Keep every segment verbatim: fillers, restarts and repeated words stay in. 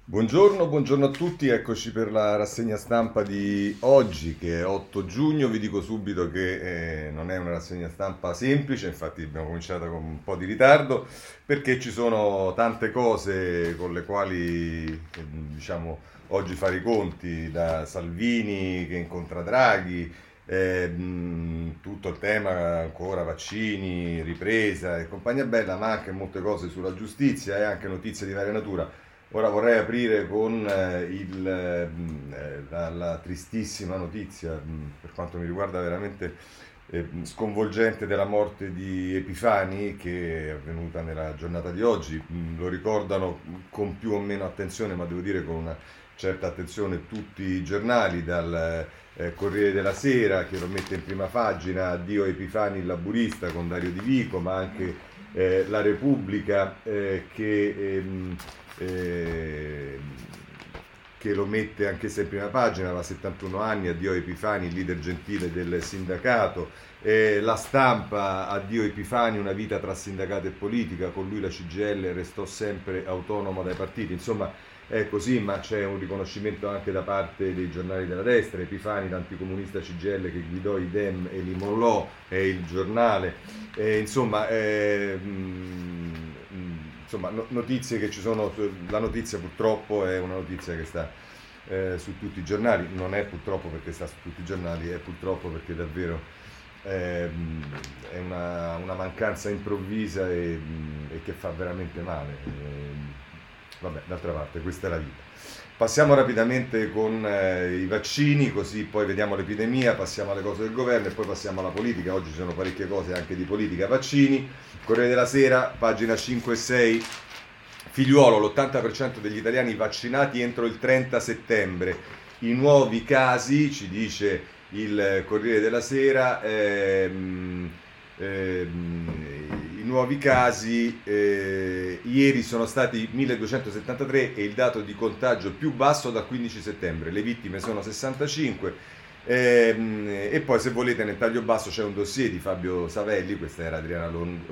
Buongiorno, buongiorno a tutti, eccoci per la rassegna stampa di oggi che è otto giugno. Vi dico subito che eh, non è una rassegna stampa semplice, infatti abbiamo cominciato con un po' di ritardo perché ci sono tante cose con le quali eh, diciamo oggi fare i conti, da Salvini che incontra Draghi, eh, mh, tutto il tema ancora vaccini, ripresa e compagnia bella, ma anche molte cose sulla giustizia e anche notizie di varia natura. Ora vorrei aprire con eh, il, eh, mh, eh, la, la tristissima notizia, mh, per quanto mi riguarda veramente eh, sconvolgente, della morte di Epifani, che è avvenuta nella giornata di oggi. Mh, Lo ricordano con più o meno attenzione, ma devo dire con una certa attenzione, tutti i giornali, dal eh, Corriere della Sera che lo mette in prima pagina, addio Epifani il laburista, con Dario Di Vico, ma anche eh, La Repubblica eh, che... ehm, eh, che lo mette anch'essa in prima pagina, aveva settantuno anni, addio Epifani, il leader gentile del sindacato. Eh, la Stampa, addio Epifani, una vita tra sindacato e politica, con lui la C G I L restò sempre autonoma dai partiti. Insomma, è così, ma c'è un riconoscimento anche da parte dei giornali della destra. Epifani, l'anticomunista C G I L che guidò i Dem e li mollò, è il giornale. Eh, insomma, eh, mh, insomma, no- notizie che ci sono. La notizia purtroppo è una notizia che sta eh, su tutti i giornali. Non è purtroppo perché sta su tutti i giornali, è purtroppo perché davvero ehm, è una, una mancanza improvvisa e, e che fa veramente male. Ehm, vabbè, d'altra parte, questa è la vita. Passiamo rapidamente con eh, i vaccini, così poi vediamo l'epidemia, passiamo alle cose del governo e poi passiamo alla politica. Oggi ci sono parecchie cose anche di politica. Vaccini, Corriere della Sera, pagina cinque e sei. Figliuolo, l'ottanta per cento degli italiani vaccinati entro il trenta settembre. I nuovi casi, ci dice il Corriere della Sera, ehm, ehm, i nuovi casi eh, ieri sono stati milleduecentosettantatré e il dato di contagio più basso dal quindici settembre. Le vittime sono sessantacinque. Ehm, e poi, se volete, nel taglio basso c'è un dossier di Fabio Savelli, questa era Adriana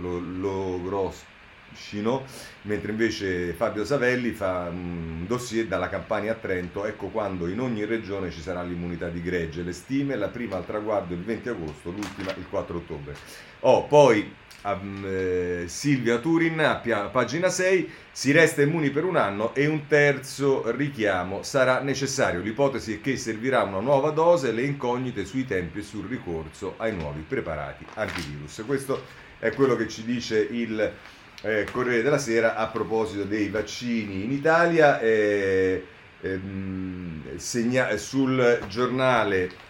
Logroscino, mentre invece Fabio Savelli fa un dossier dalla Campania a Trento. Ecco quando in ogni regione ci sarà l'immunità di gregge. Le stime, la prima al traguardo il venti agosto, l'ultima il quattro ottobre. Oh, poi um, eh, Silvia Turin a pia- pagina sei, si resta immuni per un anno e un terzo richiamo sarà necessario. L'ipotesi è che servirà una nuova dose, le incognite sui tempi e sul ricorso ai nuovi preparati antivirus. Questo è quello che ci dice il eh, Corriere della Sera a proposito dei vaccini in Italia. Eh, ehm, segna- sul giornale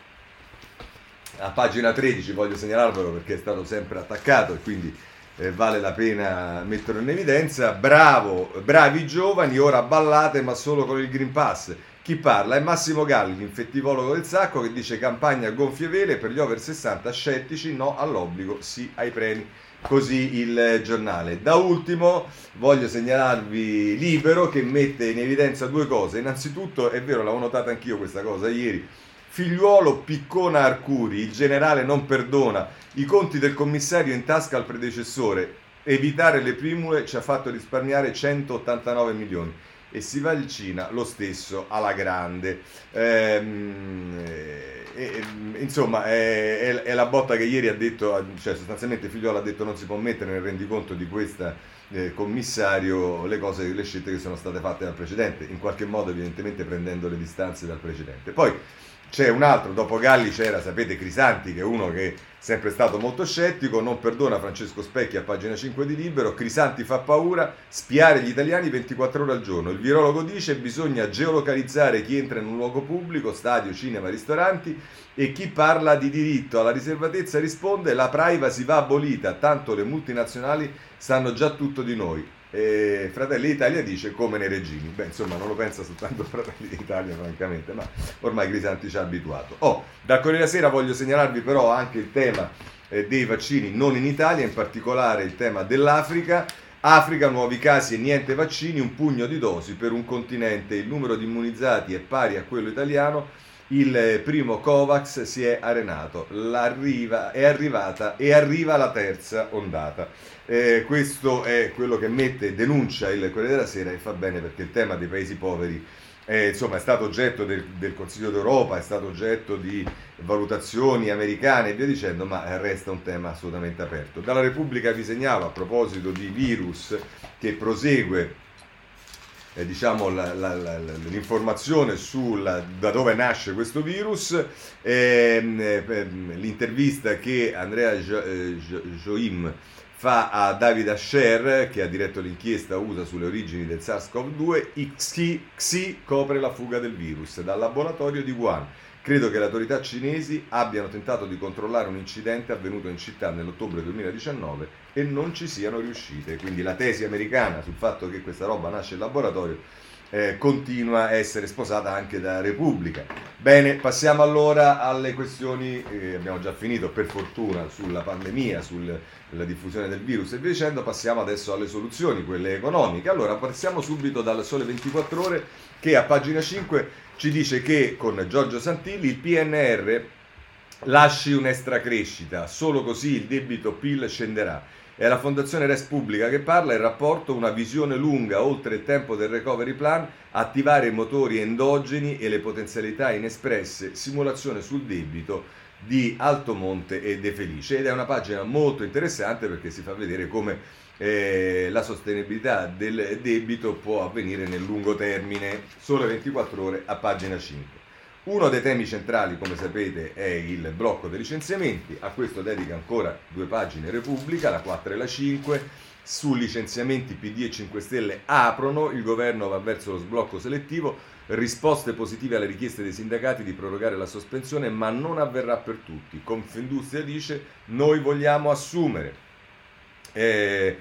a pagina tredici, voglio segnalarvelo perché è stato sempre attaccato e quindi eh, vale la pena metterlo in evidenza. Bravo, bravi giovani, ora ballate ma solo con il Green Pass. Chi parla è Massimo Galli, l'infettivologo del Sacco, che dice: campagna a gonfie vele per gli over sessanta scettici, no all'obbligo, sì ai premi. Così il giornale. Da ultimo voglio segnalarvi Libero, che mette in evidenza due cose. Innanzitutto, è vero, l'avevo notata anch'io questa cosa ieri: Figliuolo piccona Arcuri, il generale non perdona, i conti del commissario in tasca al predecessore, evitare le primule ci ha fatto risparmiare centottantanove milioni e si vaccina lo stesso alla grande. Ehm, e- e- insomma, è, è- è la botta che ieri ha detto, cioè sostanzialmente Figliuolo ha detto: non si può mettere nel rendiconto di questa eh, commissario le cose, le scelte che sono state fatte dal precedente, in qualche modo evidentemente prendendo le distanze dal precedente. Poi c'è un altro, dopo Galli c'era, sapete, Crisanti, che è uno che è sempre stato molto scettico, non perdona Francesco Specchi a pagina cinque di Libero. Crisanti fa paura, spiare gli italiani ventiquattro ore al giorno. Il virologo dice: bisogna geolocalizzare chi entra in un luogo pubblico, stadio, cinema, ristoranti, e chi parla di diritto alla riservatezza risponde: la privacy va abolita, tanto le multinazionali sanno già tutto di noi. E Fratelli d'Italia dice: come nei regimi. Beh, insomma, non lo pensa soltanto Fratelli d'Italia, francamente, ma ormai Crisanti ci ha abituato. Oh, dal Corriere della Sera voglio segnalarvi però anche il tema eh, dei vaccini non in Italia, in particolare il tema dell'Africa. Africa, nuovi casi e niente vaccini, un pugno di dosi per un continente. Il numero di immunizzati è pari a quello italiano, il primo Covax si è arenato, l'arriva, è arrivata e arriva la terza ondata. Eh, questo è quello che mette, denuncia il Corriere della Sera, e fa bene perché il tema dei paesi poveri eh, insomma, è stato oggetto del, del Consiglio d'Europa, è stato oggetto di valutazioni americane e via dicendo, ma resta un tema assolutamente aperto. Dalla Repubblica vi segnalo, a proposito di virus, che prosegue Eh, diciamo la, la, la, l'informazione su da dove nasce questo virus, ehm, eh, l'intervista che Andrea jo, eh, Joim fa a David Asher, che ha diretto l'inchiesta U S A sulle origini del SARS-CoV due. Xi, Xi copre la fuga del virus dal laboratorio di Wuhan. Credo che le autorità cinesi abbiano tentato di controllare un incidente avvenuto in città nell'ottobre duemiladiciannove e non ci siano riuscite. Quindi la tesi americana sul fatto che questa roba nasce in laboratorio eh, continua a essere sposata anche da Repubblica. Bene, passiamo allora alle questioni, eh, abbiamo già finito per fortuna sulla pandemia, sulla diffusione del virus e via dicendo, passiamo adesso alle soluzioni, quelle economiche. Allora, passiamo subito dal Sole ventiquattro Ore, che a pagina cinque ci dice che con Giorgio Santilli il P N R lasci un'extra crescita, solo così il debito P I L scenderà. È la Fondazione Res Pubblica che parla, il rapporto una visione lunga oltre il tempo del recovery plan, attivare i motori endogeni e le potenzialità inespresse, simulazione sul debito di Altomonte e De Felice. Ed è una pagina molto interessante perché si fa vedere come eh, la sostenibilità del debito può avvenire nel lungo termine. Sole ventiquattro Ore a pagina cinque. Uno dei temi centrali, come sapete, è il blocco dei licenziamenti. A questo dedica ancora due pagine Repubblica, la quattro e la cinque. Su licenziamenti P D e cinque Stelle aprono, il governo va verso lo sblocco selettivo, risposte positive alle richieste dei sindacati di prorogare la sospensione, ma non avverrà per tutti. Confindustria dice: noi vogliamo assumere. Eh,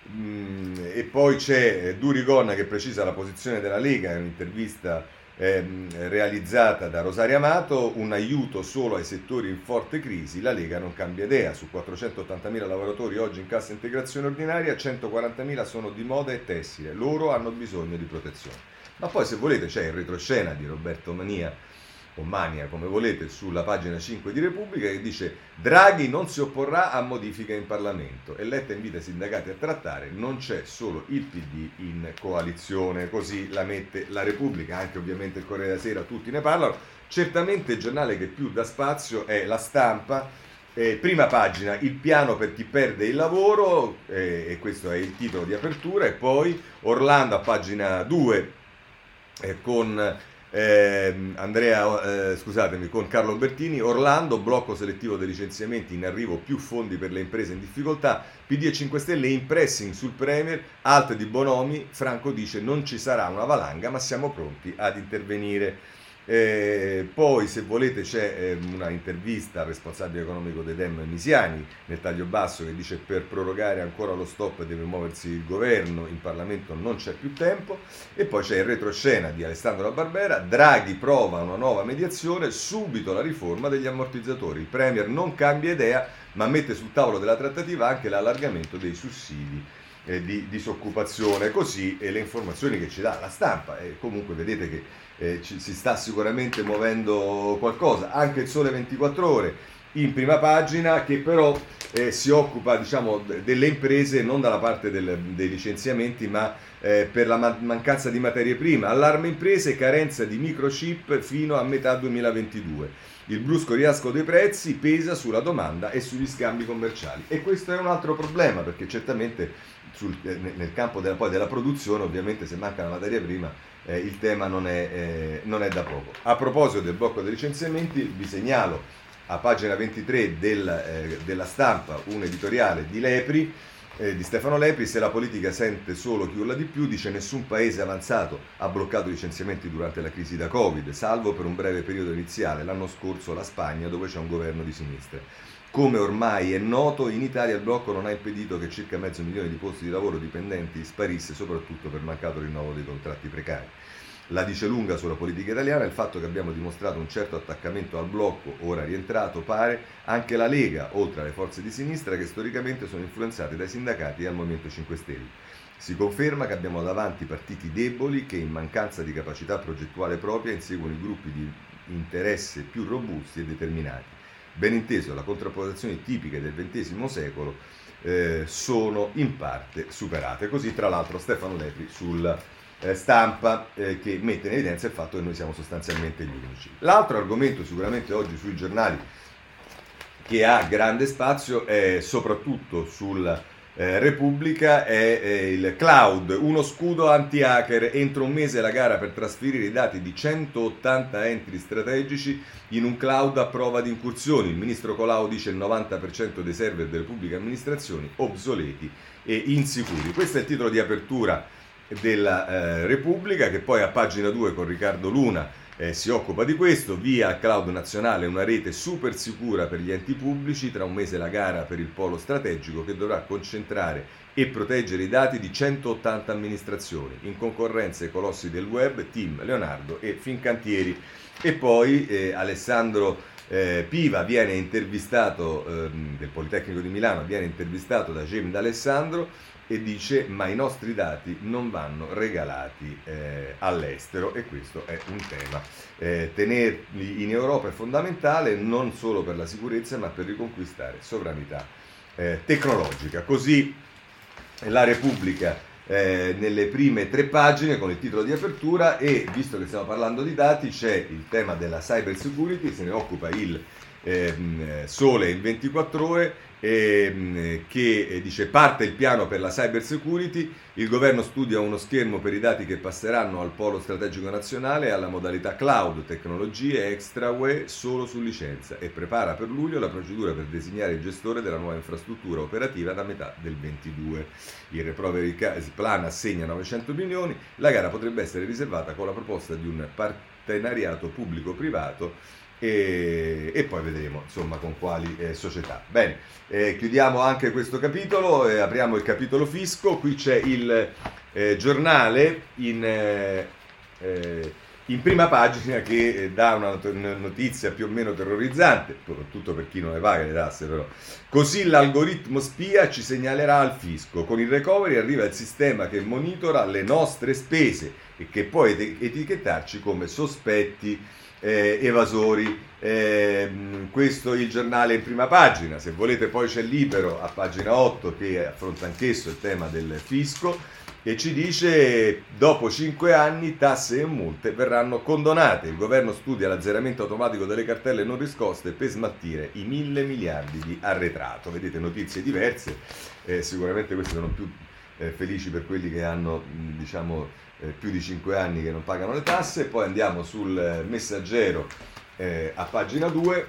mh, e poi c'è Durigon che precisa la posizione della Lega in un'intervista Eh, realizzata da Rosaria Amato, un aiuto solo ai settori in forte crisi. La Lega non cambia idea, su quattrocentottantamila lavoratori oggi in cassa integrazione ordinaria, centoquarantamila sono di moda e tessile, loro hanno bisogno di protezione. Ma poi, se volete, c'è il retroscena di Roberto Mania, o Mania come volete, sulla pagina cinque di Repubblica, che dice: Draghi non si opporrà a modifiche in Parlamento e Letta invita i sindacati a trattare, non c'è solo il P D in coalizione. Così la mette la Repubblica, anche ovviamente il Corriere della Sera, tutti ne parlano. Certamente il giornale che più dà spazio è La Stampa. Eh, prima pagina, il piano per chi perde il lavoro, eh, e questo è il titolo di apertura. E poi Orlando a pagina due eh, con Eh, Andrea, eh, scusatemi, con Carlo Bertini. Orlando, blocco selettivo dei licenziamenti, in arrivo più fondi per le imprese in difficoltà. P D e cinque Stelle in pressing sul Premier, alt di Bonomi. Franco dice: non ci sarà una valanga, ma siamo pronti ad intervenire. Eh, poi, se volete, c'è eh, una intervista al responsabile economico dei Dem Misiani nel taglio basso, che dice: per prorogare ancora lo stop deve muoversi il governo, in Parlamento non c'è più tempo. E poi c'è il retroscena di Alessandro La Barbera: Draghi prova una nuova mediazione, subito la riforma degli ammortizzatori, il Premier non cambia idea ma mette sul tavolo della trattativa anche l'allargamento dei sussidi eh, di disoccupazione. Così e le informazioni che ci dà La Stampa, e comunque vedete che Eh, ci, si sta sicuramente muovendo qualcosa. Anche il Sole ventiquattro Ore in prima pagina, che però eh, si occupa, diciamo, delle imprese non dalla parte del, dei licenziamenti, ma eh, per la man- mancanza di materie prime. Allarme imprese, carenza di microchip fino a metà duemilaventidue. Il brusco riasco dei prezzi pesa sulla domanda e sugli scambi commerciali. E questo è un altro problema, perché certamente sul, eh, nel campo della, poi della produzione, ovviamente, se manca la materia prima, Eh, il tema non è, eh, non è da poco. A proposito del blocco dei licenziamenti, vi segnalo a pagina ventitré del, eh, della Stampa un editoriale di Lepri, eh, di Stefano Lepri: se la politica sente solo chi urla di più, dice, nessun paese avanzato ha bloccato i licenziamenti durante la crisi da Covid, salvo per un breve periodo iniziale, l'anno scorso la Spagna, dove c'è un governo di sinistra. Come ormai è noto, in Italia il blocco non ha impedito che circa mezzo milione di posti di lavoro dipendenti sparisse, soprattutto per mancato rinnovo dei contratti precari. La dice lunga sulla politica italiana il fatto che abbiamo dimostrato un certo attaccamento al blocco, ora rientrato, pare, anche la Lega, oltre alle forze di sinistra che storicamente sono influenzate dai sindacati e al Movimento cinque Stelle. Si conferma che abbiamo davanti partiti deboli che, in mancanza di capacità progettuale propria, inseguono i gruppi di interesse più robusti e determinati. Ben inteso, le contrapposizioni tipiche del ventesimo secolo eh, sono in parte superate. Così, tra l'altro, Stefano Lepri sul eh, Stampa eh, che mette in evidenza il fatto che noi siamo sostanzialmente gli unici. L'altro argomento sicuramente oggi sui giornali che ha grande spazio è soprattutto sul Eh, Repubblica è eh, il cloud, uno scudo anti-hacker, entro un mese la gara per trasferire i dati di centottanta enti strategici in un cloud a prova di incursioni. Il ministro Colau dice il novanta per cento dei server delle pubbliche amministrazioni obsoleti e insicuri. Questo è il titolo di apertura della eh, Repubblica, che poi a pagina due con Riccardo Luna Eh, si occupa di questo. Via al cloud nazionale, una rete super sicura per gli enti pubblici, tra un mese la gara per il polo strategico che dovrà concentrare e proteggere i dati di centottanta amministrazioni, in concorrenza ai colossi del web, Team, Leonardo e Fincantieri. E poi eh, Alessandro eh, Piva viene intervistato, ehm, del Politecnico di Milano, viene intervistato da Gem D'Alessandro e dice: ma i nostri dati non vanno regalati eh, all'estero, e questo è un tema. Eh, tenerli in Europa è fondamentale non solo per la sicurezza ma per riconquistare sovranità eh, tecnologica. Così la Repubblica eh, nelle prime tre pagine con il titolo di apertura, e visto che stiamo parlando di dati c'è il tema della cyber security, se ne occupa il eh, Sole in ventiquattro ore, eh, che eh, dice: parte il piano per la cyber security, il governo studia uno schermo per i dati che passeranno al polo strategico nazionale e alla modalità cloud, tecnologie extra U E solo su licenza, e prepara per luglio la procedura per designare il gestore della nuova infrastruttura operativa da metà del ventidue. Il recovery plan assegna novecento milioni, la gara potrebbe essere riservata con la proposta di un partenariato pubblico-privato. E, e poi vedremo insomma con quali eh, società. Bene, eh, chiudiamo anche questo capitolo e apriamo il capitolo fisco. Qui c'è il eh, giornale in, eh, eh, in prima pagina che eh, dà una notizia più o meno terrorizzante, soprattutto per chi non le paga le tasse, però. Così l'algoritmo spia ci segnalerà al fisco. Con il recovery arriva il sistema che monitora le nostre spese e che può etichettarci come sospetti Eh, evasori. Eh, questo è il giornale in prima pagina. Se volete poi c'è Libero a pagina otto che affronta anch'esso il tema del fisco e ci dice: dopo cinque anni tasse e multe verranno condonate, il governo studia l'azzeramento automatico delle cartelle non riscosse per smaltire i mille miliardi di arretrato. Vedete, notizie diverse, eh, sicuramente queste sono più eh, felici per quelli che hanno diciamo Eh, più di cinque anni che non pagano le tasse. Poi andiamo sul eh, Messaggero eh, a pagina due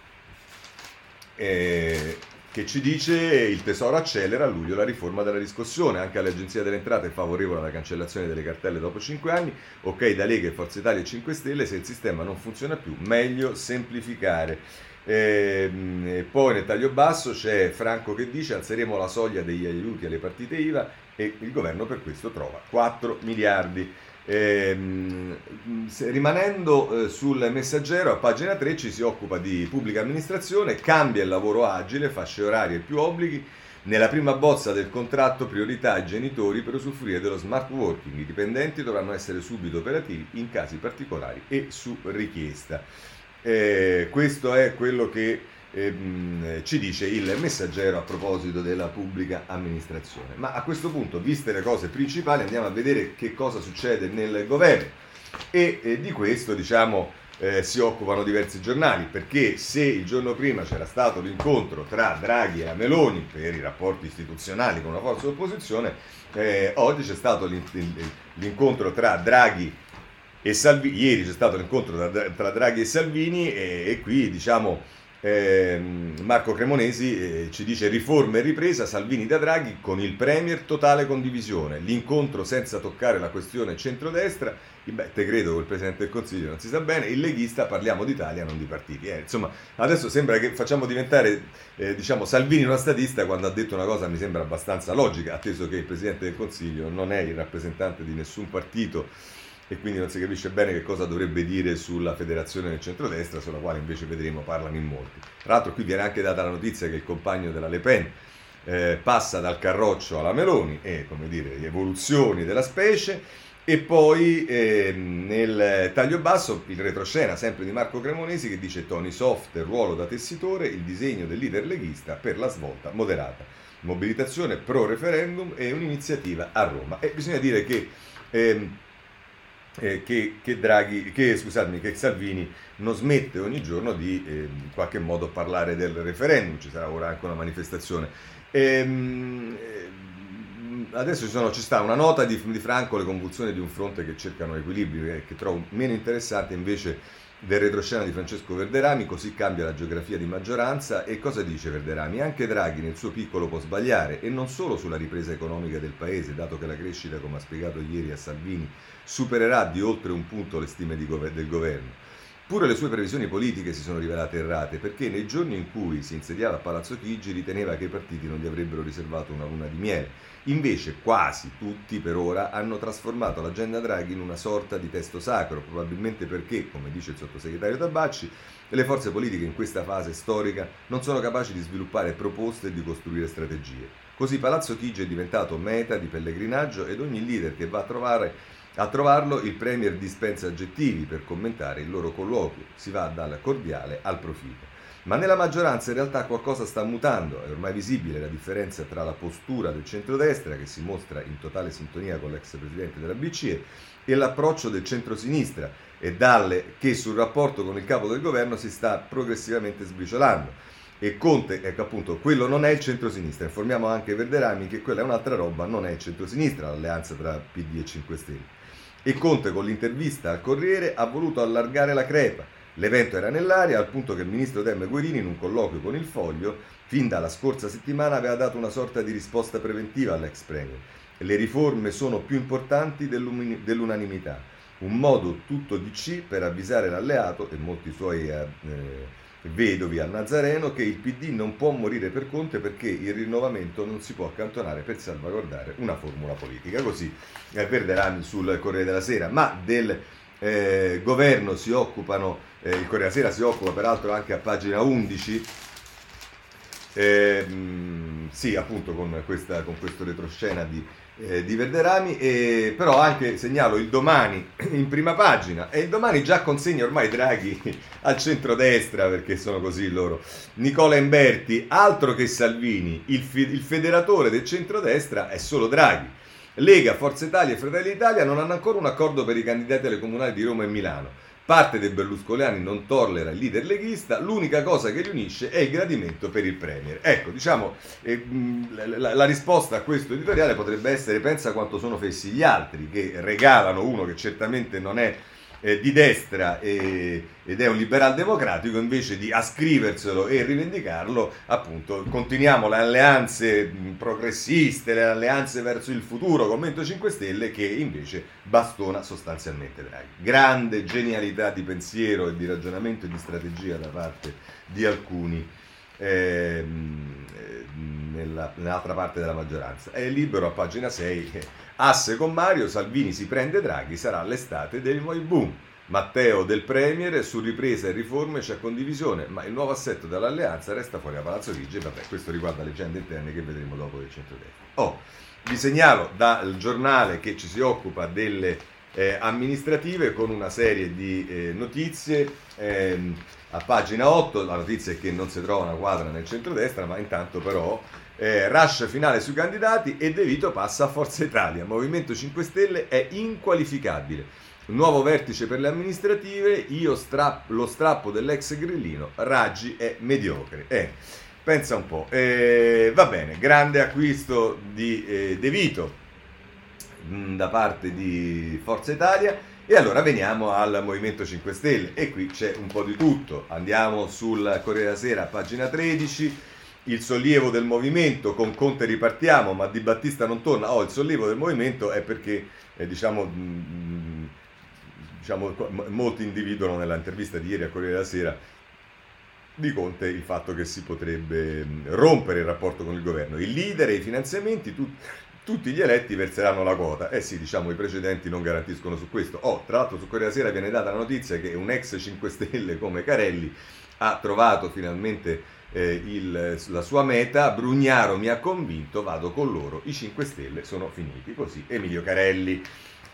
eh, che ci dice: il Tesoro accelera a luglio la riforma della riscossione, anche l'Agenzia delle Entrate è favorevole alla cancellazione delle cartelle dopo cinque anni, ok da Lega, Forza Italia e cinque Stelle, se il sistema non funziona più meglio semplificare. E, e poi nel taglio basso c'è Franco che dice: alzeremo la soglia degli aiuti alle partite I V A e il governo per questo trova quattro miliardi. E, se, rimanendo eh, sul Messaggero, a pagina tre ci si occupa di pubblica amministrazione, cambia il lavoro agile, fasce orarie e più obblighi. Nella prima bozza del contratto priorità ai genitori per usufruire dello smart working, i dipendenti dovranno essere subito operativi in casi particolari e su richiesta. Eh, questo è quello che ehm, ci dice il Messaggero a proposito della pubblica amministrazione. Ma a questo punto, viste le cose principali, andiamo a vedere che cosa succede nel governo e eh, di questo diciamo eh, si occupano diversi giornali, perché se il giorno prima c'era stato l'incontro tra Draghi e Meloni per i rapporti istituzionali con una forza d'opposizione, eh, oggi c'è stato l'incontro tra Draghi e Salvini. Ieri c'è stato l'incontro tra, tra Draghi e Salvini e, e qui diciamo eh, Marco Cremonesi eh, ci dice: riforma e ripresa, Salvini da Draghi con il Premier, totale condivisione, l'incontro senza toccare la questione centrodestra. Beh, te credo, col Presidente del Consiglio non si sa bene, il leghista, parliamo d'Italia non di partiti. Eh, insomma, adesso sembra che facciamo diventare eh, diciamo Salvini una statista, quando ha detto una cosa mi sembra abbastanza logica, atteso che il Presidente del Consiglio non è il rappresentante di nessun partito e quindi non si capisce bene che cosa dovrebbe dire sulla federazione del centrodestra, sulla quale invece vedremo parlano in molti. Tra l'altro qui viene anche data la notizia che il compagno della Le Pen eh, passa dal Carroccio alla Meloni, e come dire, evoluzioni della specie. E poi eh, nel taglio basso il retroscena sempre di Marco Cremonesi che dice Tony Soft, ruolo da tessitore, il disegno del leader leghista per la svolta moderata, mobilitazione pro referendum e un'iniziativa a Roma. E bisogna dire che, ehm, eh, che, che Draghi, che, scusatemi, che Salvini non smette ogni giorno di eh, in qualche modo parlare del referendum, ci sarà ora anche una manifestazione. Ehm, Adesso ci, sono, ci sta una nota di, di Franco, le convulsioni di un fronte che cercano equilibri, che, che trovo meno interessante invece del retroscena di Francesco Verderami, così cambia la geografia di maggioranza. E cosa dice Verderami? Anche Draghi nel suo piccolo può sbagliare, e non solo sulla ripresa economica del paese, dato che la crescita, come ha spiegato ieri a Salvini, supererà di oltre un punto le stime di gover- del governo. Pure le sue previsioni politiche si sono rivelate errate, perché nei giorni in cui si insediava a Palazzo Chigi riteneva che i partiti non gli avrebbero riservato una luna di miele. Invece quasi tutti per ora hanno trasformato l'agenda Draghi in una sorta di testo sacro, probabilmente perché, come dice il sottosegretario Tabacci, le forze politiche in questa fase storica non sono capaci di sviluppare proposte e di costruire strategie. Così Palazzo Chigi è diventato meta di pellegrinaggio ed ogni leader che va a trovare A trovarlo il Premier dispensa aggettivi per commentare il loro colloquio, si va dal cordiale al profito. Ma nella maggioranza in realtà qualcosa sta mutando, è ormai visibile la differenza tra la postura del centrodestra, che si mostra in totale sintonia con l'ex presidente della B C E, e l'approccio del centrosinistra, e dalle che sul rapporto con il capo del governo si sta progressivamente sbriciolando. E Conte, ecco appunto, quello non è il centrosinistra. Informiamo anche Verderami che quella è un'altra roba, non è il centrosinistra, l'alleanza tra P D e cinque Stelle. E Conte con l'intervista al Corriere ha voluto allargare la crepa. L'evento era nell'aria al punto che il ministro Dem Guerini in un colloquio con il Foglio fin dalla scorsa settimana aveva dato una sorta di risposta preventiva all'ex premier. Le riforme sono più importanti dell'unanimità. Un modo tutto D C per avvisare l'alleato e molti suoi eh, vedovi al Nazareno che il P D non può morire per Conte perché il rinnovamento non si può accantonare per salvaguardare una formula politica. Così eh, Verderami sul Corriere della Sera. Ma del eh, governo si occupano, eh, il Corriere della Sera si occupa peraltro anche a pagina undici, eh, mh, sì appunto con, questa, con questo retroscena di Eh, di Verderami, e però anche segnalo il Domani in prima pagina, e il Domani già consegna ormai Draghi al centrodestra, perché sono così loro. Nicola Imberti, altro che Salvini, il, fi- il federatore del centrodestra è solo Draghi. Lega, Forza Italia e Fratelli d'Italia non hanno ancora un accordo per i candidati alle comunali di Roma e Milano. Parte dei berlusconiani non tollera il leader leghista, l'unica cosa che li unisce è il gradimento per il Premier. Ecco, diciamo, eh, la, la risposta a questo editoriale potrebbe essere: pensa quanto sono fessi gli altri, che regalano uno che certamente non è eh, di destra e, ed è un liberal democratico, invece di ascriverselo e rivendicarlo, appunto, continuiamo le alleanze progressiste, le alleanze verso il futuro con Movimento cinque Stelle, che invece bastona sostanzialmente Draghi. Grande genialità di pensiero e di ragionamento e di strategia da parte di alcuni ehm, nella, nell'altra parte della maggioranza. È Libero a pagina sei, asse con Mario, Salvini si prende Draghi, sarà l'estate del nuovi boom. Matteo del Premier, su ripresa e riforme c'è condivisione, ma il nuovo assetto dell'alleanza resta fuori da Palazzo Chigi. Vabbè, questo riguarda le leggende interne che vedremo dopo del centrodestra. Oh, vi segnalo dal giornale che ci si occupa delle eh, amministrative con una serie di eh, notizie. Ehm, a pagina otto la notizia è che non si trova una quadra nel centrodestra, ma intanto però eh, rush finale sui candidati e De Vito passa a Forza Italia. Movimento cinque Stelle è inqualificabile. Nuovo vertice per le amministrative, io strapp- lo strappo dell'ex grillino, Raggi è mediocre. Eh, pensa un po'. Eh, va bene, grande acquisto di eh, De Vito mh, da parte di Forza Italia. E allora veniamo al Movimento cinque Stelle, e qui c'è un po' di tutto. Andiamo sul Corriere della Sera, pagina tredici. Il sollievo del movimento, con Conte ripartiamo, ma Di Battista non torna. Oh, il sollievo del movimento è perché, eh, diciamo... Mh, diciamo, molti individuano nell'intervista di ieri a Corriere della Sera di Conte il fatto che si potrebbe rompere il rapporto con il governo. Il leader e i finanziamenti, tu, tutti gli eletti verseranno la quota. Eh sì, diciamo, i precedenti non garantiscono su questo. Oh, tra l'altro su Corriere della Sera viene data la notizia che un ex cinque Stelle come Carelli ha trovato finalmente eh, il, la sua meta. Brugnaro mi ha convinto, vado con loro, i cinque Stelle sono finiti. Così Emilio Carelli.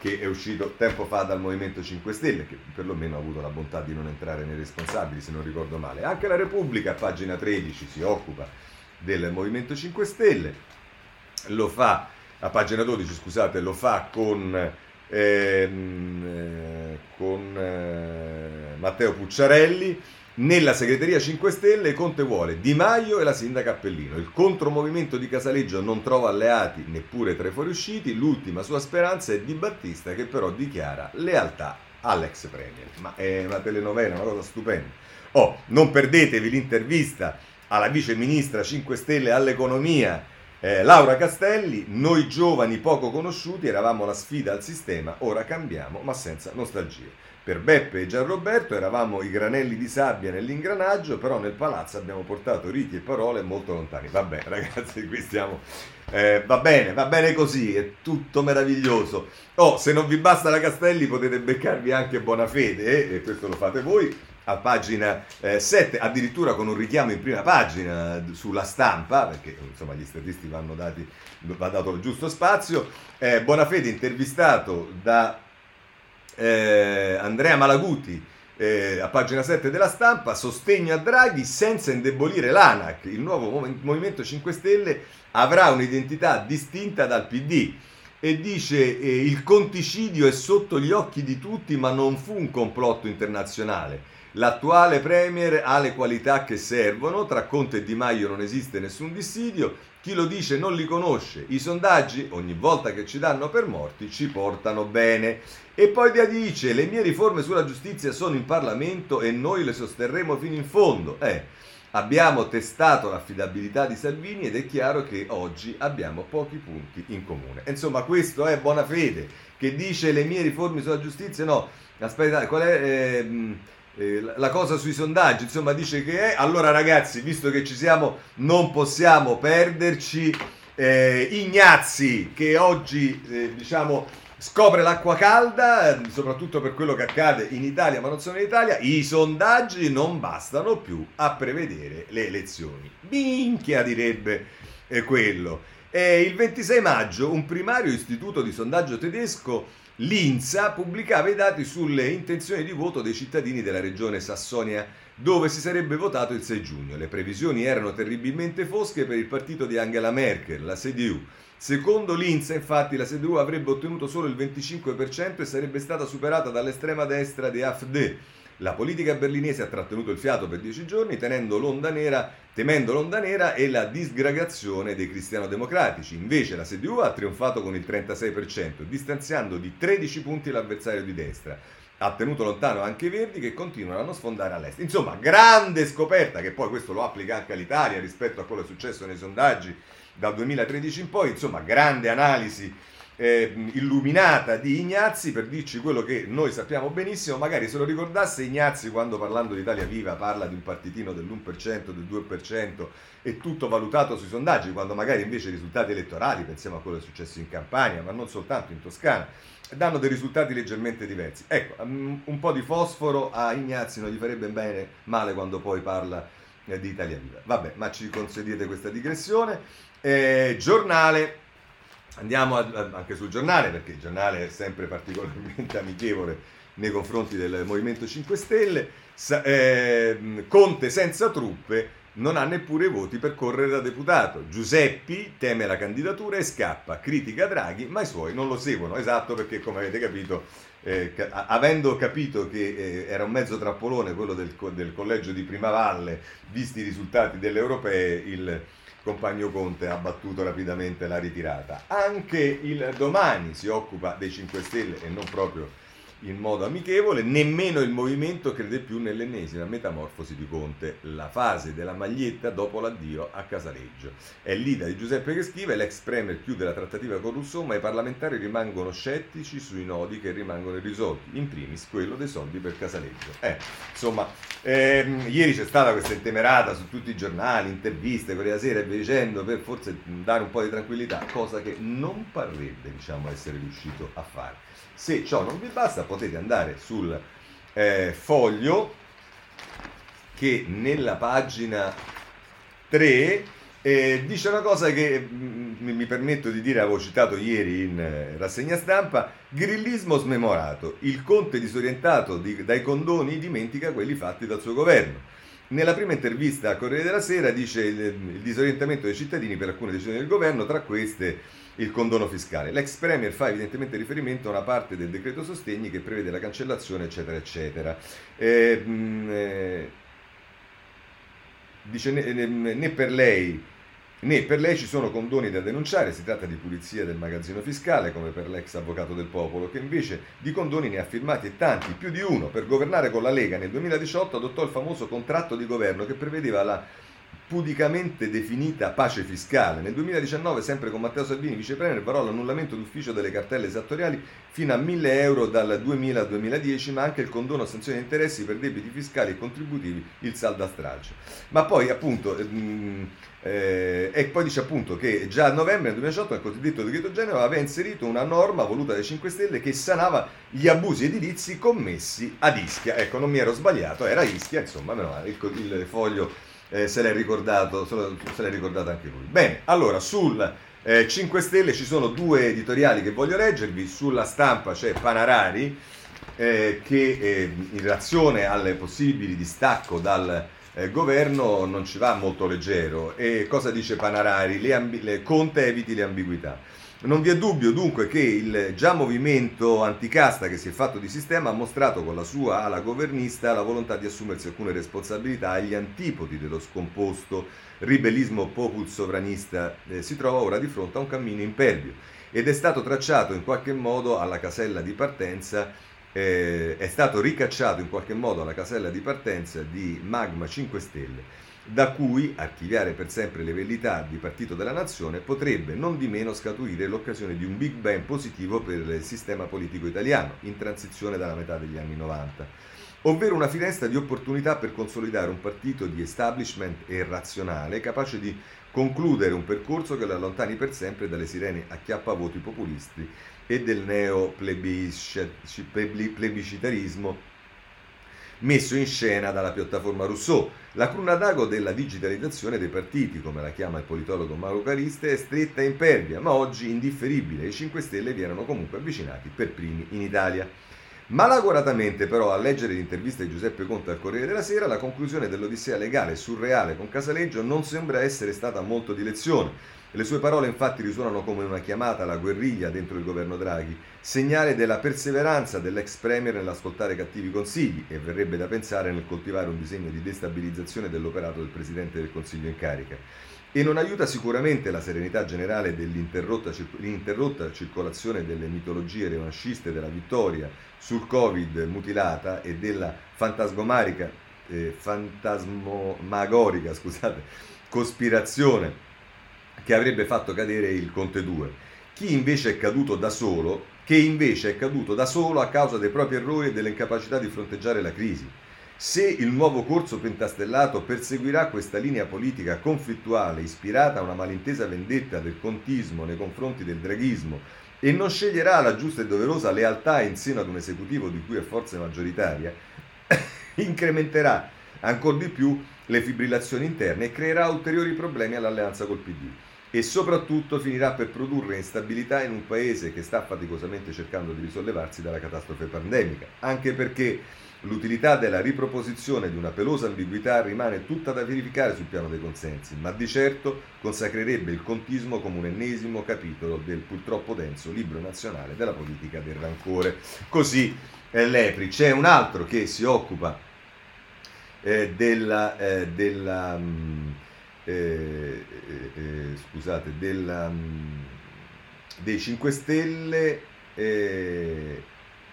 che è uscito tempo fa dal Movimento cinque Stelle, che perlomeno ha avuto la bontà di non entrare nei responsabili, se non ricordo male. Anche la Repubblica, a pagina tredici, si occupa del Movimento cinque Stelle, lo fa, a pagina dodici, scusate, lo fa con, ehm, eh, con eh, Matteo Pucciarelli. Nella segreteria cinque Stelle Conte vuole Di Maio e la sindaca Appellino. Il contromovimento di Casaleggio non trova alleati neppure tra i fuoriusciti. L'ultima sua speranza è Di Battista, che però dichiara lealtà all'ex premier. Ma è una telenovela, una cosa stupenda. Oh, non perdetevi l'intervista alla vice ministra cinque Stelle all'economia, eh, Laura Castelli. Noi giovani poco conosciuti eravamo la sfida al sistema, ora cambiamo ma senza nostalgie. Per Beppe e Gianroberto eravamo i granelli di sabbia nell'ingranaggio, però nel palazzo abbiamo portato riti e parole molto lontani. Vabbè, ragazzi, qui stiamo... Eh, va bene, va bene così, è tutto meraviglioso. Oh, se non vi basta la Castelli potete beccarvi anche Bonafede, eh, e questo lo fate voi, a pagina eh, sette, addirittura con un richiamo in prima pagina sulla Stampa, perché insomma gli statisti vanno dati, va dato il giusto spazio. Eh, Bonafede intervistato da... Eh, Andrea Malaguti, eh, a pagina sette della Stampa, sostegno a Draghi senza indebolire l'ANAC, il nuovo Movimento cinque Stelle avrà un'identità distinta dal P D, e dice eh, il conticidio è sotto gli occhi di tutti ma non fu un complotto internazionale, l'attuale premier ha le qualità che servono, tra Conte e Di Maio non esiste nessun dissidio, chi lo dice non li conosce, i sondaggi ogni volta che ci danno per morti ci portano bene. E poi dice le mie riforme sulla giustizia sono in Parlamento e noi le sosterremo fino in fondo. Eh, abbiamo testato l'affidabilità di Salvini ed è chiaro che oggi abbiamo pochi punti in comune. Insomma, questo è Bonafede che dice le mie riforme sulla giustizia, no, aspetta, qual è... Eh, la cosa sui sondaggi, insomma, dice che è. Allora ragazzi, visto che ci siamo, non possiamo perderci. eh, Ignazzi, che oggi eh, diciamo scopre l'acqua calda, soprattutto per quello che accade in Italia, ma non solo in Italia. I sondaggi non bastano più a prevedere le elezioni. Minchia, direbbe eh, quello. E il ventisei maggio un primario istituto di sondaggio tedesco, l'Insa, pubblicava i dati sulle intenzioni di voto dei cittadini della regione Sassonia, dove si sarebbe votato il sei giugno. Le previsioni erano terribilmente fosche per il partito di Angela Merkel, la C D U. Secondo l'Insa, infatti, la C D U avrebbe ottenuto solo il venticinque per cento e sarebbe stata superata dall'estrema destra di A F D. La politica berlinese ha trattenuto il fiato per dieci giorni, tenendo l'onda nera, temendo l'onda nera e la disgregazione dei cristiano-democratici. Invece la C D U ha trionfato con il trentasei per cento, distanziando di tredici punti l'avversario di destra. Ha tenuto lontano anche i Verdi, che continuano a non sfondare all'est. Insomma, grande scoperta, che poi questo lo applica anche all'Italia rispetto a quello che è successo nei sondaggi dal duemilatredici in poi. Insomma, grande analisi Eh, illuminata di Ignazzi per dirci quello che noi sappiamo benissimo. Magari se lo ricordasse Ignazzi quando, parlando di Italia Viva, parla di un partitino dell'uno per cento, del due per cento e tutto valutato sui sondaggi, quando magari invece i risultati elettorali, pensiamo a quello che è successo in Campania, ma non soltanto in Toscana, danno dei risultati leggermente diversi. Ecco, un po' di fosforo a Ignazzi non gli farebbe bene male quando poi parla eh, di Italia Viva. Vabbè, ma ci concedete questa digressione. Eh, giornale. Andiamo a, a, anche sul giornale, perché il giornale è sempre particolarmente amichevole nei confronti del Movimento cinque Stelle. Sa, eh, Conte senza truppe non ha neppure i voti per correre da deputato. Giuseppi teme la candidatura e scappa, critica Draghi, ma i suoi non lo seguono. Esatto, perché come avete capito, eh, ca- avendo capito che eh, era un mezzo trappolone quello del, del collegio di Primavalle, visti i risultati delle europee, il compagno Conte ha battuto rapidamente la ritirata. Anche il Domani si occupa dei cinque Stelle e non proprio in modo amichevole. Nemmeno il movimento crede più nell'ennesima metamorfosi di Conte, la fase della maglietta dopo l'addio a Casaleggio. È l'ida di Giuseppe che scrive: l'ex premier chiude la trattativa con Rousseau, ma i parlamentari rimangono scettici sui nodi che rimangono irrisolti, in primis quello dei soldi per Casaleggio. Eh, insomma, ehm, ieri c'è stata questa intemerata su tutti i giornali, interviste, Corriere della Sera e via dicendo, per forse dare un po' di tranquillità, cosa che non parrebbe, diciamo, essere riuscito a fare. Se ciò non vi basta, potete andare sul eh, Foglio, che nella pagina tre E dice una cosa che mm, mi mi permetto di dire, avevo citato ieri in eh, rassegna stampa: grillismo smemorato, il Conte disorientato di- dai condoni dimentica quelli fatti dal suo governo. Nella prima intervista a Corriere della Sera dice il, il disorientamento dei cittadini per alcune decisioni del governo, tra queste il condono fiscale. L'ex premier fa evidentemente riferimento a una parte del decreto sostegni che prevede la cancellazione, eccetera, eccetera. Eh, mh, eh, dice né, né- né per lei né per lei ci sono condoni da denunciare, si tratta di pulizia del magazzino fiscale, come per l'ex avvocato del popolo, che invece di condoni ne ha firmati e tanti, più di uno. Per governare con la Lega nel duemiladiciotto adottò il famoso contratto di governo che prevedeva la pudicamente definita pace fiscale. Nel duemiladiciannove, sempre con Matteo Salvini, vice premier, varò l'annullamento d'ufficio delle cartelle esattoriali fino a mille euro dal duemila al duemiladieci, ma anche il condono a sanzioni e interessi per debiti fiscali e contributivi, il saldo a stralcio. Ma poi appunto mh, eh, e poi dice appunto che già a novembre del duemiladiciotto nel cosiddetto decreto Genova aveva inserito una norma voluta dai cinque Stelle che sanava gli abusi edilizi commessi ad Ischia. Ecco, non mi ero sbagliato, era Ischia, insomma, meno male, il, il foglio eh, se l'è ricordato, se l'è, se l'è ricordato anche lui. Bene, allora sul eh, cinque Stelle ci sono due editoriali che voglio leggervi. Sulla Stampa c'è Panarari eh, che eh, in relazione alle possibili distacco dal eh, governo non ci va molto leggero. E cosa dice Panarari? Le ambi- le, Conte eviti le ambiguità. Non vi è dubbio dunque che il già movimento anticasta che si è fatto di sistema ha mostrato con la sua ala governista la volontà di assumersi alcune responsabilità agli antipodi dello scomposto ribellismo popul sovranista. Eh, si trova ora di fronte a un cammino impervio ed è stato tracciato in qualche modo alla casella di partenza eh, è stato ricacciato in qualche modo alla casella di partenza di Magma cinque Stelle, da cui archiviare per sempre le velleità di Partito della Nazione potrebbe non di meno scaturire l'occasione di un Big Bang positivo per il sistema politico italiano, in transizione dalla metà degli anni novanta, ovvero una finestra di opportunità per consolidare un partito di establishment e razionale, capace di concludere un percorso che lo allontani per sempre dalle sirene acchiappavoti populisti e del neo-plebiscitarismo messo in scena dalla piattaforma Rousseau. La cruna d'ago della digitalizzazione dei partiti, come la chiama il politologo Mauro Cariste, è stretta e impervia, ma oggi indifferibile. I cinque Stelle vi erano comunque avvicinati per primi in Italia. Malauguratamente però, a leggere l'intervista di Giuseppe Conte al Corriere della Sera, la conclusione dell'odissea legale surreale con Casaleggio non sembra essere stata molto di lezione. Le sue parole infatti risuonano come una chiamata alla guerriglia dentro il governo Draghi, segnale della perseveranza dell'ex premier nell'ascoltare cattivi consigli, e verrebbe da pensare nel coltivare un disegno di destabilizzazione dell'operato del Presidente del Consiglio in carica. E non aiuta sicuramente la serenità generale dell'interrotta l'ininterrotta circolazione delle mitologie revanciste della vittoria sul Covid mutilata e della fantasmagorica, eh, fantasmagorica scusate, cospirazione che avrebbe fatto cadere il Conte due. Chi invece è caduto da solo, che invece è caduto da solo a causa dei propri errori e dell'incapacità di fronteggiare la crisi. Se il nuovo corso pentastellato perseguirà questa linea politica conflittuale ispirata a una malintesa vendetta del contismo nei confronti del draghismo e non sceglierà la giusta e doverosa lealtà in seno ad un esecutivo di cui è forza maggioritaria, incrementerà ancor di più le fibrillazioni interne e creerà ulteriori problemi all'alleanza col P D. E soprattutto finirà per produrre instabilità in un paese che sta faticosamente cercando di risollevarsi dalla catastrofe pandemica, anche perché l'utilità della riproposizione di una pelosa ambiguità rimane tutta da verificare sul piano dei consensi, ma di certo consacrerebbe il contismo come un ennesimo capitolo del purtroppo denso libro nazionale della politica del rancore. Così eh, Lepri. C'è un altro che si occupa eh, della... Eh, della mh, Eh, eh, scusate della, mh, dei cinque Stelle eh,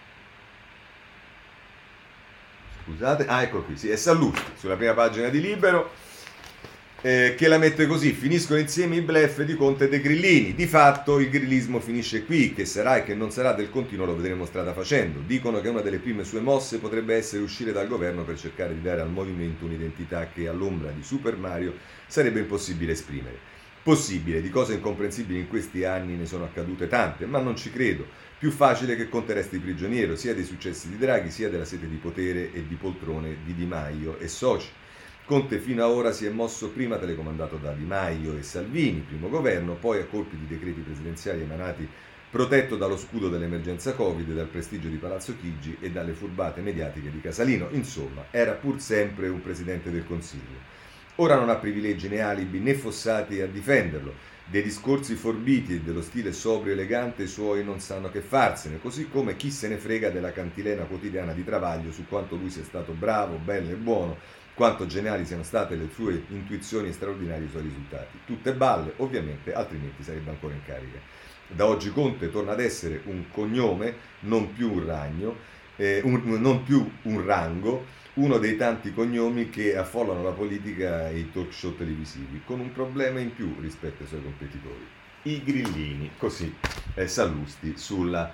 scusate ah ecco qui, sì, è Sallusti sulla prima pagina di Libero eh, che la mette così: finiscono insieme i bluff di Conte e De Grillini. Di fatto il grillismo finisce qui, che sarà e che non sarà del continuo lo vedremo strada facendo. Dicono che una delle prime sue mosse potrebbe essere uscire dal governo per cercare di dare al movimento un'identità che all'ombra di Super Mario sarebbe impossibile esprimere. Possibile, di cose incomprensibili in questi anni ne sono accadute tante, ma non ci credo. Più facile che Conte resti prigioniero sia dei successi di Draghi sia della sete di potere e di poltrone di Di Maio e soci. Conte fino ad ora si è mosso prima telecomandato da Di Maio e Salvini, primo governo, poi a colpi di decreti presidenziali emanati protetto dallo scudo dell'emergenza Covid, dal prestigio di Palazzo Chigi e dalle furbate mediatiche di Casalino. Insomma, era pur sempre un Presidente del Consiglio. Ora non ha privilegi né alibi né fossati a difenderlo. Dei discorsi forbiti e dello stile sobrio e elegante i suoi non sanno che farsene, così come chi se ne frega della cantilena quotidiana di Travaglio su quanto lui sia stato bravo, bello e buono, quanto geniali siano state le sue intuizioni e straordinari i suoi risultati. Tutte balle, ovviamente, altrimenti sarebbe ancora in carica. Da oggi Conte torna ad essere un cognome, non più un ragno, eh, un, non più un rango, uno dei tanti cognomi che affollano la politica e i talk show televisivi, con un problema in più rispetto ai suoi competitori. I grillini, così, eh, Sallusti, sulla,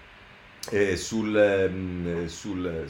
eh, sul, eh, sul, eh,